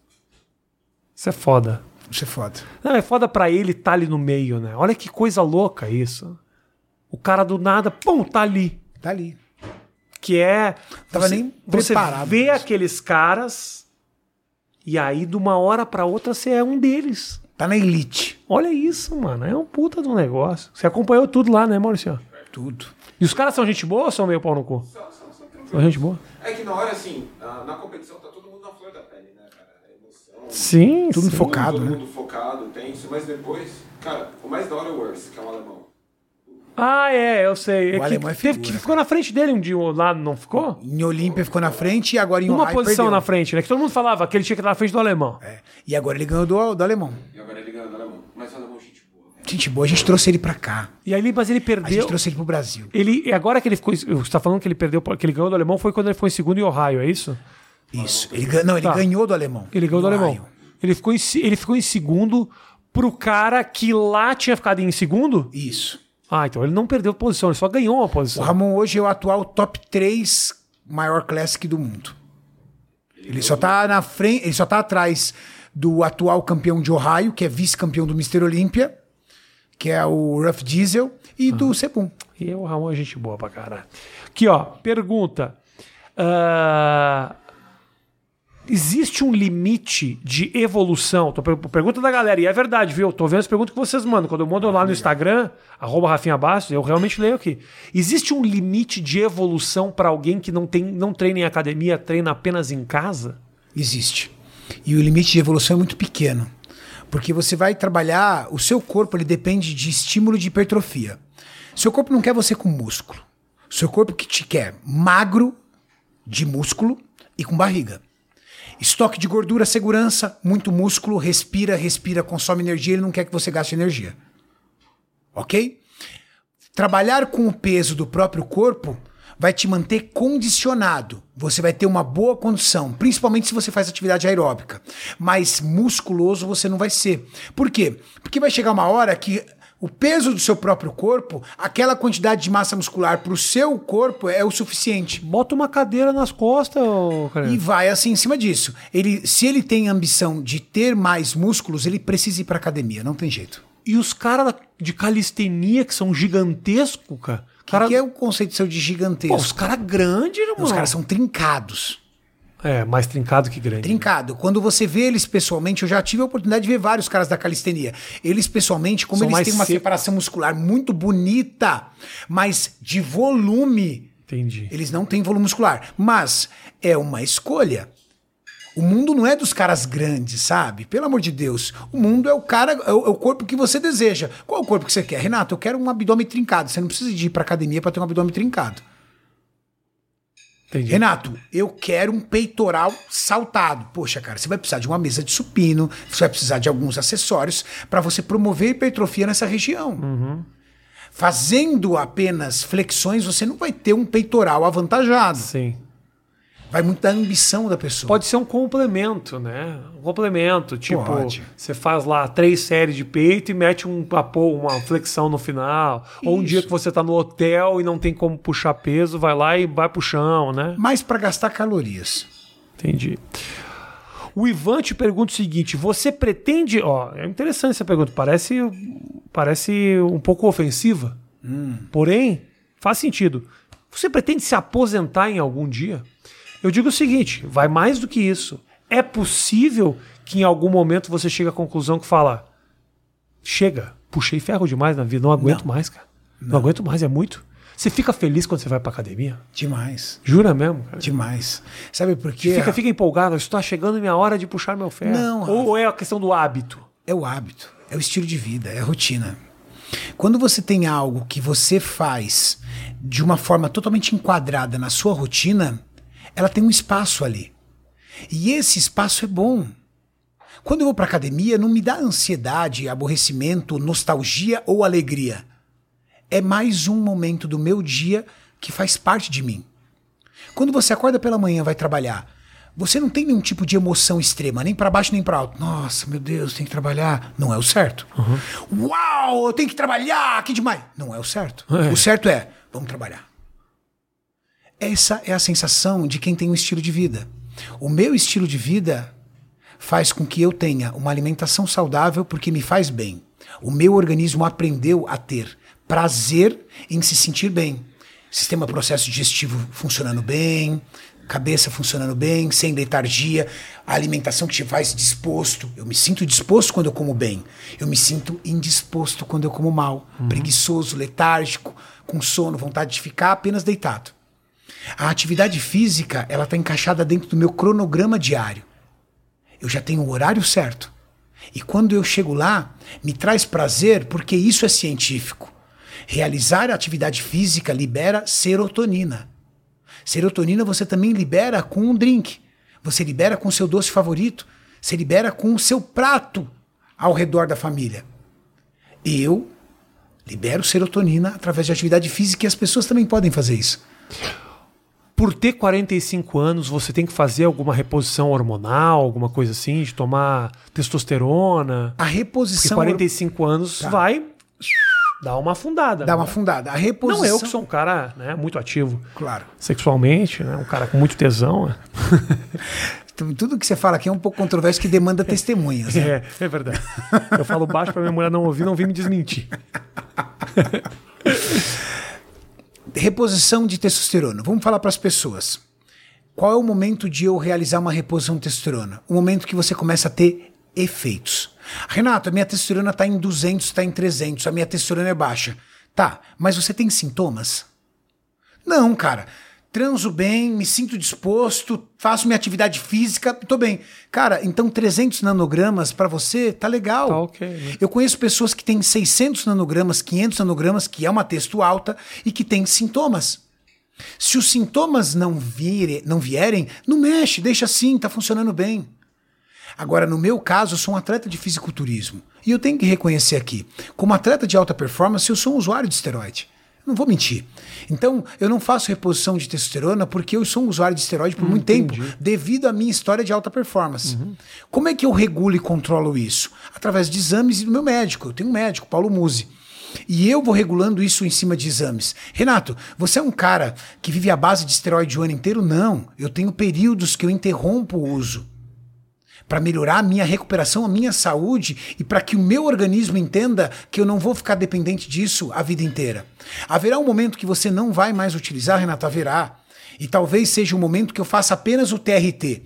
Isso é foda. Isso é foda. Não, é foda pra ele estar tá ali no meio, né? Olha que coisa louca isso. O cara do nada, pum, tá ali. Tá ali. Que é... Tava você, nem você preparado. vê aqueles caras e aí de uma hora pra outra você é um deles. Tá na elite. Olha isso, mano. É um puta do negócio. Você acompanhou tudo lá, né, Maurício? Tudo. E os caras são gente boa ou são meio pau no cu? São, são, são tranquilos. São gente boa? É que na hora, assim, na competição tá todo mundo na flor da pele, né, cara? A emoção. Sim, tudo sim. focado, todo né? Todo mundo focado, tenso. Mas depois, cara, o mais da hora é o Urs, que é um alemão. Ah, é, eu sei. É que, alemão é teve, figura, que ficou na frente dele um dia lá, não ficou? Em Olímpia ficou na frente e agora em Uma Ohio posição perdeu. na frente, né? Que todo mundo falava que ele tinha que estar na frente do alemão. É. E agora ele ganhou do, do alemão. E agora ele ganhou do alemão. Mas o alemão, gente boa. Gente boa, a gente trouxe ele pra cá. E aí, mas ele A perdeu. gente trouxe ele pro Brasil. Ele, e agora que ele ficou. Você tá falando que ele perdeu, que ele ganhou do alemão foi quando ele foi em segundo em Ohio, é isso? Isso. Ele, gan- não, ele Tá. ganhou do alemão. Ele ganhou do No alemão. Ohio. Ele ficou, em, se- ele ficou em segundo pro cara que lá tinha ficado em segundo? Isso. Ah, então ele não perdeu posição, ele só ganhou uma O posição. Ramon hoje é o atual top três maior classic do mundo. Ele só tá na frente, ele só tá atrás do atual campeão de Ohio, que é vice-campeão do mister Olímpia, que é o Ruff Diesel, e do Sebum. E o Ramon é gente boa pra caralho. Aqui, ó, pergunta. Ah, existe um limite de evolução? Tô per- pergunta da galera, e é verdade, viu? Tô vendo as perguntas que vocês mandam. Quando eu mando lá no Instagram, arroba Rafinha Bastos, eu realmente leio aqui. Existe um limite de evolução pra alguém que não, tem, não treina em academia, treina apenas em casa? Existe. E o limite de evolução é muito pequeno. Porque você vai trabalhar, o seu corpo ele depende de estímulo de hipertrofia. Seu corpo não quer você com músculo. Seu corpo que te quer magro, de músculo e com barriga. Estoque de gordura, segurança, muito músculo, respira, respira, consome energia, ele não quer que você gaste energia. Ok? Trabalhar com o peso do próprio corpo vai te manter condicionado. Você vai ter uma boa condição, principalmente se você faz atividade aeróbica. Mas musculoso você não vai ser. Por quê? Porque vai chegar uma hora que o peso do seu próprio corpo, aquela quantidade de massa muscular para o seu corpo é o suficiente. Bota uma cadeira nas costas, ô, cara. E vai assim em cima disso. Ele, se ele tem ambição de ter mais músculos, ele precisa ir para academia, não tem jeito. E os caras de calistenia que são gigantescos, cara. O Cara, que é o conceito seu de gigantesco? pô, os caras grandes, irmão. Os caras são trincados. É, mais trincado que grande. Trincado. Quando você vê eles pessoalmente, eu já tive a oportunidade de ver vários caras da calistenia. Eles pessoalmente, como São eles mais têm uma seco. separação muscular muito bonita, mas de volume, Entendi. eles não têm volume muscular. Mas é uma escolha. O mundo não é dos caras grandes, sabe? Pelo amor de Deus. O mundo é o cara, é o, é o corpo que você deseja. Qual é o corpo que você quer? Renato, eu quero um abdômen trincado. Você não precisa de ir pra academia pra ter um abdômen trincado. Entendi. Renato, eu quero um peitoral saltado. Poxa, cara, você vai precisar de uma mesa de supino, você vai precisar de alguns acessórios para você promover hipertrofia nessa região. Uhum. Fazendo apenas flexões, você não vai ter um peitoral avantajado. Sim. Vai muito da ambição da pessoa. Pode ser um complemento, né? Um complemento. Tipo, Pode. você faz lá três séries de peito e mete um apô, uma flexão no final. Ou um Isso. dia que você tá no hotel e não tem como puxar peso, vai lá e vai pro chão, né? Mas para gastar calorias. Entendi. O Ivan te pergunta o seguinte: você pretende. Ó, é interessante essa pergunta, parece, parece um pouco ofensiva. Porém, faz sentido. Você pretende se aposentar em algum dia? Eu digo o seguinte: vai mais do que isso. É possível que em algum momento você chegue à conclusão que fala: chega, puxei ferro demais na vida, não aguento Não. mais, cara. Não. não aguento mais, é muito. Você fica feliz quando você vai pra academia? Demais. Jura mesmo, cara? Demais. Sabe por quê? Fica, fica empolgado, está chegando minha hora de puxar meu ferro. Não, Rafa. ou, ou é a questão do hábito? É o hábito, é o estilo de vida, é a rotina. Quando você tem algo que você faz de uma forma totalmente enquadrada na sua rotina, ela tem um espaço ali. E esse espaço é bom. Quando eu vou para academia, não me dá ansiedade, aborrecimento, nostalgia ou alegria. É mais um momento do meu dia que faz parte de mim. Quando você acorda pela manhã e vai trabalhar, você não tem nenhum tipo de emoção extrema, nem para baixo nem para alto. Nossa, meu Deus, tem que trabalhar. Não é o certo. Uhum. Uau, eu tenho que trabalhar, que demais. Não é o certo. É. O certo é, vamos trabalhar. Essa é a sensação de quem tem um estilo de vida. O meu estilo de vida faz com que eu tenha uma alimentação saudável porque me faz bem. O meu organismo aprendeu a ter prazer em se sentir bem. Sistema processo digestivo funcionando bem, cabeça funcionando bem, sem letargia, a alimentação que te faz disposto. Eu me sinto disposto quando eu como bem. Eu me sinto indisposto quando eu como mal. Uhum. Preguiçoso, letárgico, com sono, vontade de ficar apenas deitado. A atividade física, ela está encaixada dentro do meu cronograma diário. Eu já tenho o horário certo. E quando eu chego lá, me traz prazer porque isso é científico. Realizar atividade física libera serotonina. Serotonina você também libera com um drink. Você libera com o seu doce favorito. Você libera com o seu prato ao redor da família. Eu libero serotonina através de atividade física e as pessoas também podem fazer isso. Por ter quarenta e cinco anos, você tem que fazer alguma reposição hormonal, alguma coisa assim, de tomar testosterona? A reposição... Porque quarenta e cinco anos Tá. vai dar uma afundada. Dá né? uma afundada. A reposição... Não eu, que sou um cara, né, muito ativo Claro. sexualmente, né, um cara com muito tesão. Né? Então, tudo que você fala aqui é um pouco controverso que demanda testemunhas. Né? É, é verdade. Eu falo baixo pra minha mulher não ouvir, não vir me desmentir. Reposição de testosterona. Vamos falar para as pessoas. Qual é o momento de eu realizar uma reposição de testosterona? O momento que você começa a ter efeitos. Renato, a minha testosterona está em duzentos, está em trezentos, a minha testosterona é baixa. Tá, mas você tem sintomas? Não, cara. Transo bem, me sinto disposto, faço minha atividade física, tô bem. Cara, então trezentos nanogramas para você tá legal. Tá ok, né? Eu conheço pessoas que têm seiscentos nanogramas, quinhentos nanogramas, que é uma testo alta e que têm sintomas. Se os sintomas não, vire, não vierem, não mexe, deixa assim, tá funcionando bem. Agora, no meu caso, eu sou um atleta de fisiculturismo. E eu tenho que reconhecer aqui, como atleta de alta performance, eu sou um usuário de esteroide. Não vou mentir. Então, eu não faço reposição de testosterona porque eu sou um usuário de esteroide por Hum, muito entendi. tempo, devido à minha história de alta performance. Uhum. Como é que eu regulo e controlo isso? Através de exames e do meu médico. Eu tenho um médico, Paulo Musi. E eu vou regulando isso em cima de exames. Renato, você é um cara que vive à base de esteroide o ano inteiro? Não. Eu tenho períodos que eu interrompo o uso para melhorar a minha recuperação, a minha saúde e para que o meu organismo entenda que eu não vou ficar dependente disso a vida inteira. Haverá um momento que você não vai mais utilizar, Renato? Haverá. E talvez seja um momento que eu faça apenas o T R T.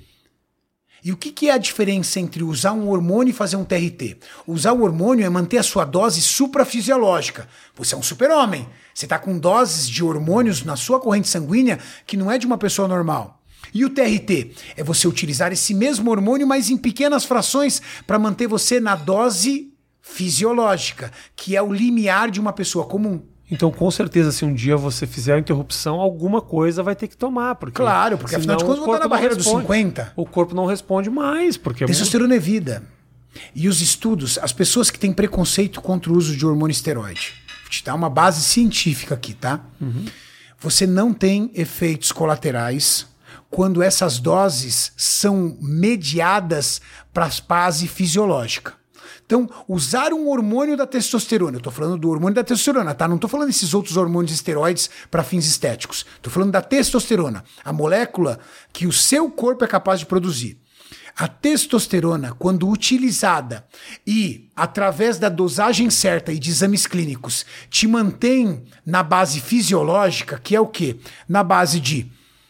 E o que, que é a diferença entre usar um hormônio e fazer um T R T? Usar o hormônio é manter a sua dose suprafisiológica. Você é um super-homem. Você está com doses de hormônios na sua corrente sanguínea que não é de uma pessoa normal. E o T R T é você utilizar esse mesmo hormônio, mas em pequenas frações, para manter você na dose fisiológica, que é o limiar de uma pessoa comum. Então, com certeza, se um dia você fizer a interrupção, alguma coisa vai ter que tomar. Porque, Claro, porque afinal de senão contas o vou estar na corpo não barreira dos responde. cinquenta. O corpo não responde mais, porque... Testosterona é vida. E os estudos, as pessoas que têm preconceito contra o uso de hormônio esteroide, vou te dar uma base científica aqui, tá? Uhum. Você não tem efeitos colaterais quando essas doses são mediadas para a base fisiológica. Então, usar um hormônio da testosterona, eu estou falando do hormônio da testosterona, tá? Não estou falando desses outros hormônios esteroides para fins estéticos. Estou falando da testosterona, a molécula que o seu corpo é capaz de produzir. A testosterona, quando utilizada e através da dosagem certa e de exames clínicos, te mantém na base fisiológica, que é o quê? Na base de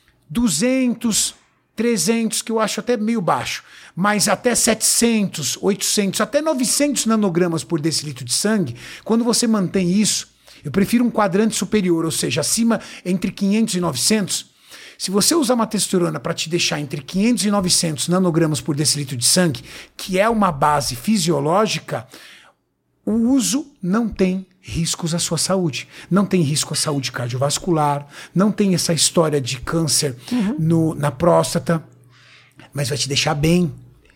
duzentos, trezentos, que eu acho até meio baixo, mas até setecentos, oitocentos, até novecentos nanogramas por decilitro de sangue, quando você mantém isso, eu prefiro um quadrante superior, ou seja, acima entre quinhentos e novecentos. Se você usar uma testosterona para te deixar entre quinhentos e novecentos nanogramas por decilitro de sangue, que é uma base fisiológica, o uso não tem riscos à sua saúde. Não tem risco à saúde cardiovascular, não tem essa história de câncer uhum. no, na próstata, mas vai te deixar bem.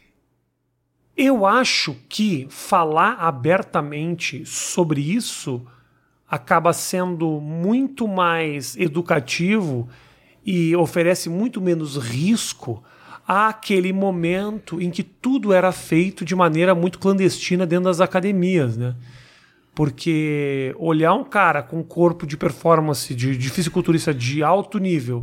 Eu acho que falar abertamente sobre isso acaba sendo muito mais educativo e oferece muito menos risco àquele momento em que tudo era feito de maneira muito clandestina dentro das academias, né? Porque olhar um cara com corpo de performance, de, de fisiculturista de alto nível,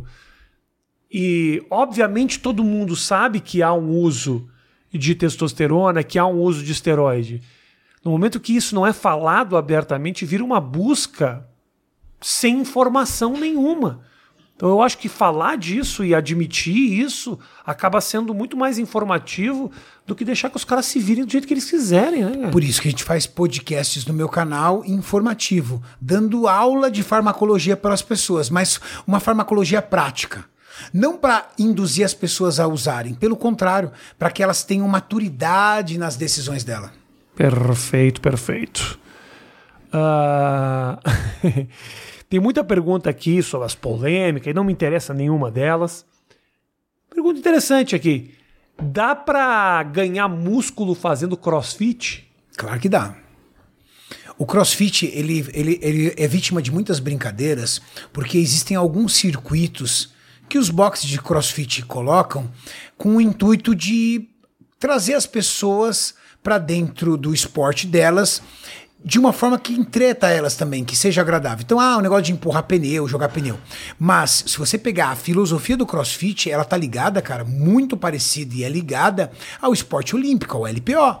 e obviamente todo mundo sabe que há um uso de testosterona, que há um uso de esteroide. No momento que isso não é falado abertamente, vira uma busca sem informação nenhuma. Então eu acho que falar disso e admitir isso acaba sendo muito mais informativo do que deixar que os caras se virem do jeito que eles quiserem, né? Por isso que a gente faz podcasts no meu canal informativo, dando aula de farmacologia para as pessoas, mas uma farmacologia prática. Não para induzir as pessoas a usarem, pelo contrário, para que elas tenham maturidade nas decisões dela. Perfeito, perfeito. Ah, tem muita pergunta aqui sobre as polêmicas e não me interessa nenhuma delas. Pergunta interessante aqui. Dá pra ganhar músculo fazendo crossfit? Claro que dá. O crossfit ele, ele, ele é vítima de muitas brincadeiras porque existem alguns circuitos que os boxes de crossfit colocam com o intuito de trazer as pessoas para dentro do esporte delas de uma forma que entreta elas também, que seja agradável. Então, ah, o negócio de empurrar pneu, jogar pneu. Mas, se você pegar a filosofia do crossfit, ela tá ligada, cara, muito parecida e é ligada ao esporte olímpico, ao L P O.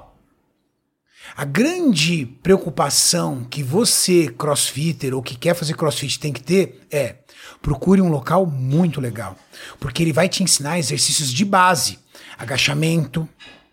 A grande preocupação que você, crossfitter, ou que quer fazer crossfit tem que ter é procure um local muito legal, porque ele vai te ensinar exercícios de base, agachamento,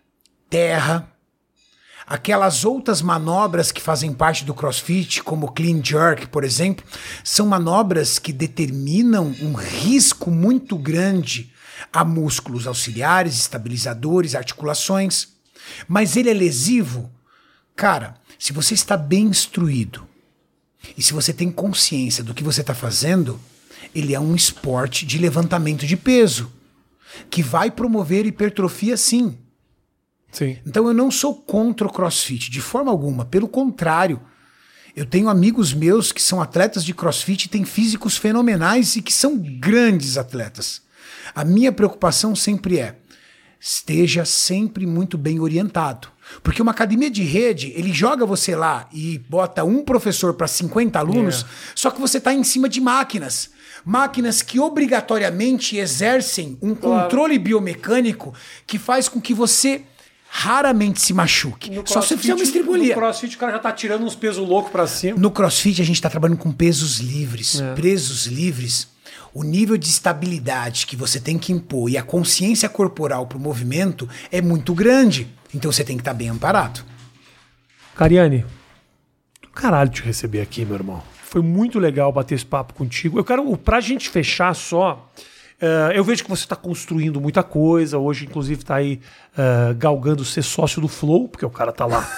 terra, aquelas outras manobras que fazem parte do crossfit, como clean jerk, por exemplo, são manobras que determinam um risco muito grande a músculos auxiliares, estabilizadores, articulações, mas ele é lesivo? Cara, se você está bem instruído e se você tem consciência do que você está fazendo, ele é um esporte de levantamento de peso, que vai promover hipertrofia sim. Sim. Então eu não sou contra o crossfit, de forma alguma. Pelo contrário, eu tenho amigos meus que são atletas de crossfit e têm físicos fenomenais e que são grandes atletas. A minha preocupação sempre é, esteja sempre muito bem orientado. Porque uma academia de rede, ele joga você lá e bota um professor para cinquenta alunos, yeah. Só que você está em cima de máquinas. Máquinas que obrigatoriamente exercem um claro. Controle biomecânico que faz com que você raramente se machuque. No Só se você fizer uma estribolia. No crossfit o cara já tá tirando uns pesos loucos para cima. No crossfit a gente está trabalhando com pesos livres. É. Pesos livres. O nível de estabilidade que você tem que impor e a consciência corporal para o movimento é muito grande. Então você tem que estar bem amparado. Cariani, do caralho te receber aqui, meu irmão. Foi muito legal bater esse papo contigo. Eu quero, pra gente fechar só, uh, eu vejo que você está construindo muita coisa. Hoje, inclusive, está aí uh, galgando ser sócio do Flow, porque o cara tá lá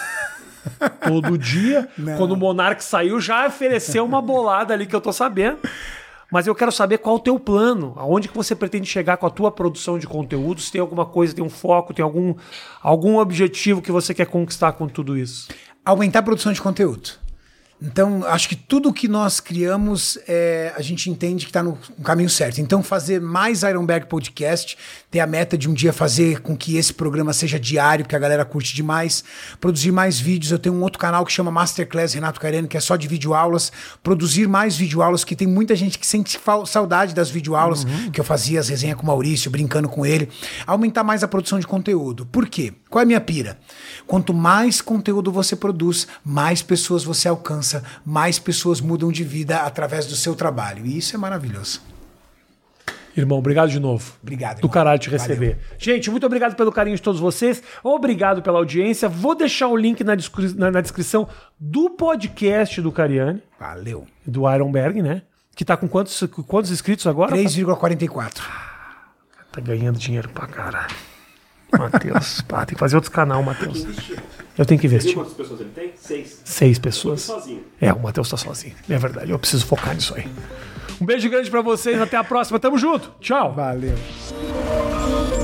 todo dia. Não. Quando o Monark saiu, já ofereceu uma bolada ali que eu tô sabendo. Mas eu quero saber qual o teu plano, aonde que você pretende chegar com a tua produção de conteúdo, se tem alguma coisa, tem um foco, tem algum, algum objetivo que você quer conquistar com tudo isso. Aumentar a produção de conteúdo. Então, acho que tudo que nós criamos, é, a gente entende que está no, no caminho certo. Então, fazer mais Ironberg Podcast, ter a meta de um dia fazer com que esse programa seja diário, que a galera curte demais. Produzir mais vídeos. Eu tenho um outro canal que chama Masterclass Renato Cariani, que é só de videoaulas. Produzir mais videoaulas, que tem muita gente que sente saudade das videoaulas, uhum. que eu fazia as resenhas com o Maurício, brincando com ele. Aumentar mais a produção de conteúdo. Por quê? Qual é a minha pira? Quanto mais conteúdo você produz, mais pessoas você alcança, mais pessoas mudam de vida através do seu trabalho. E isso é maravilhoso. Irmão, obrigado de novo. Obrigado, irmão. Do caralho te receber. Valeu. Gente, muito obrigado pelo carinho de todos vocês. Obrigado pela audiência. Vou deixar o link na, descri- na, na descrição do podcast do Cariani. Valeu. Do Ironberg, né? Que tá com quantos, quantos inscritos agora? três vírgula quarenta e quatro. Tá ganhando dinheiro pra caralho. Matheus, pá, tem que fazer outros canal, Matheus. Eu tenho que investir. Quantas pessoas ele tem? Seis. Seis pessoas. Eu tô sozinho. É, o Matheus tá sozinho. É verdade, eu preciso focar nisso aí. Um beijo grande pra vocês, até a próxima. Tamo junto. Tchau. Valeu.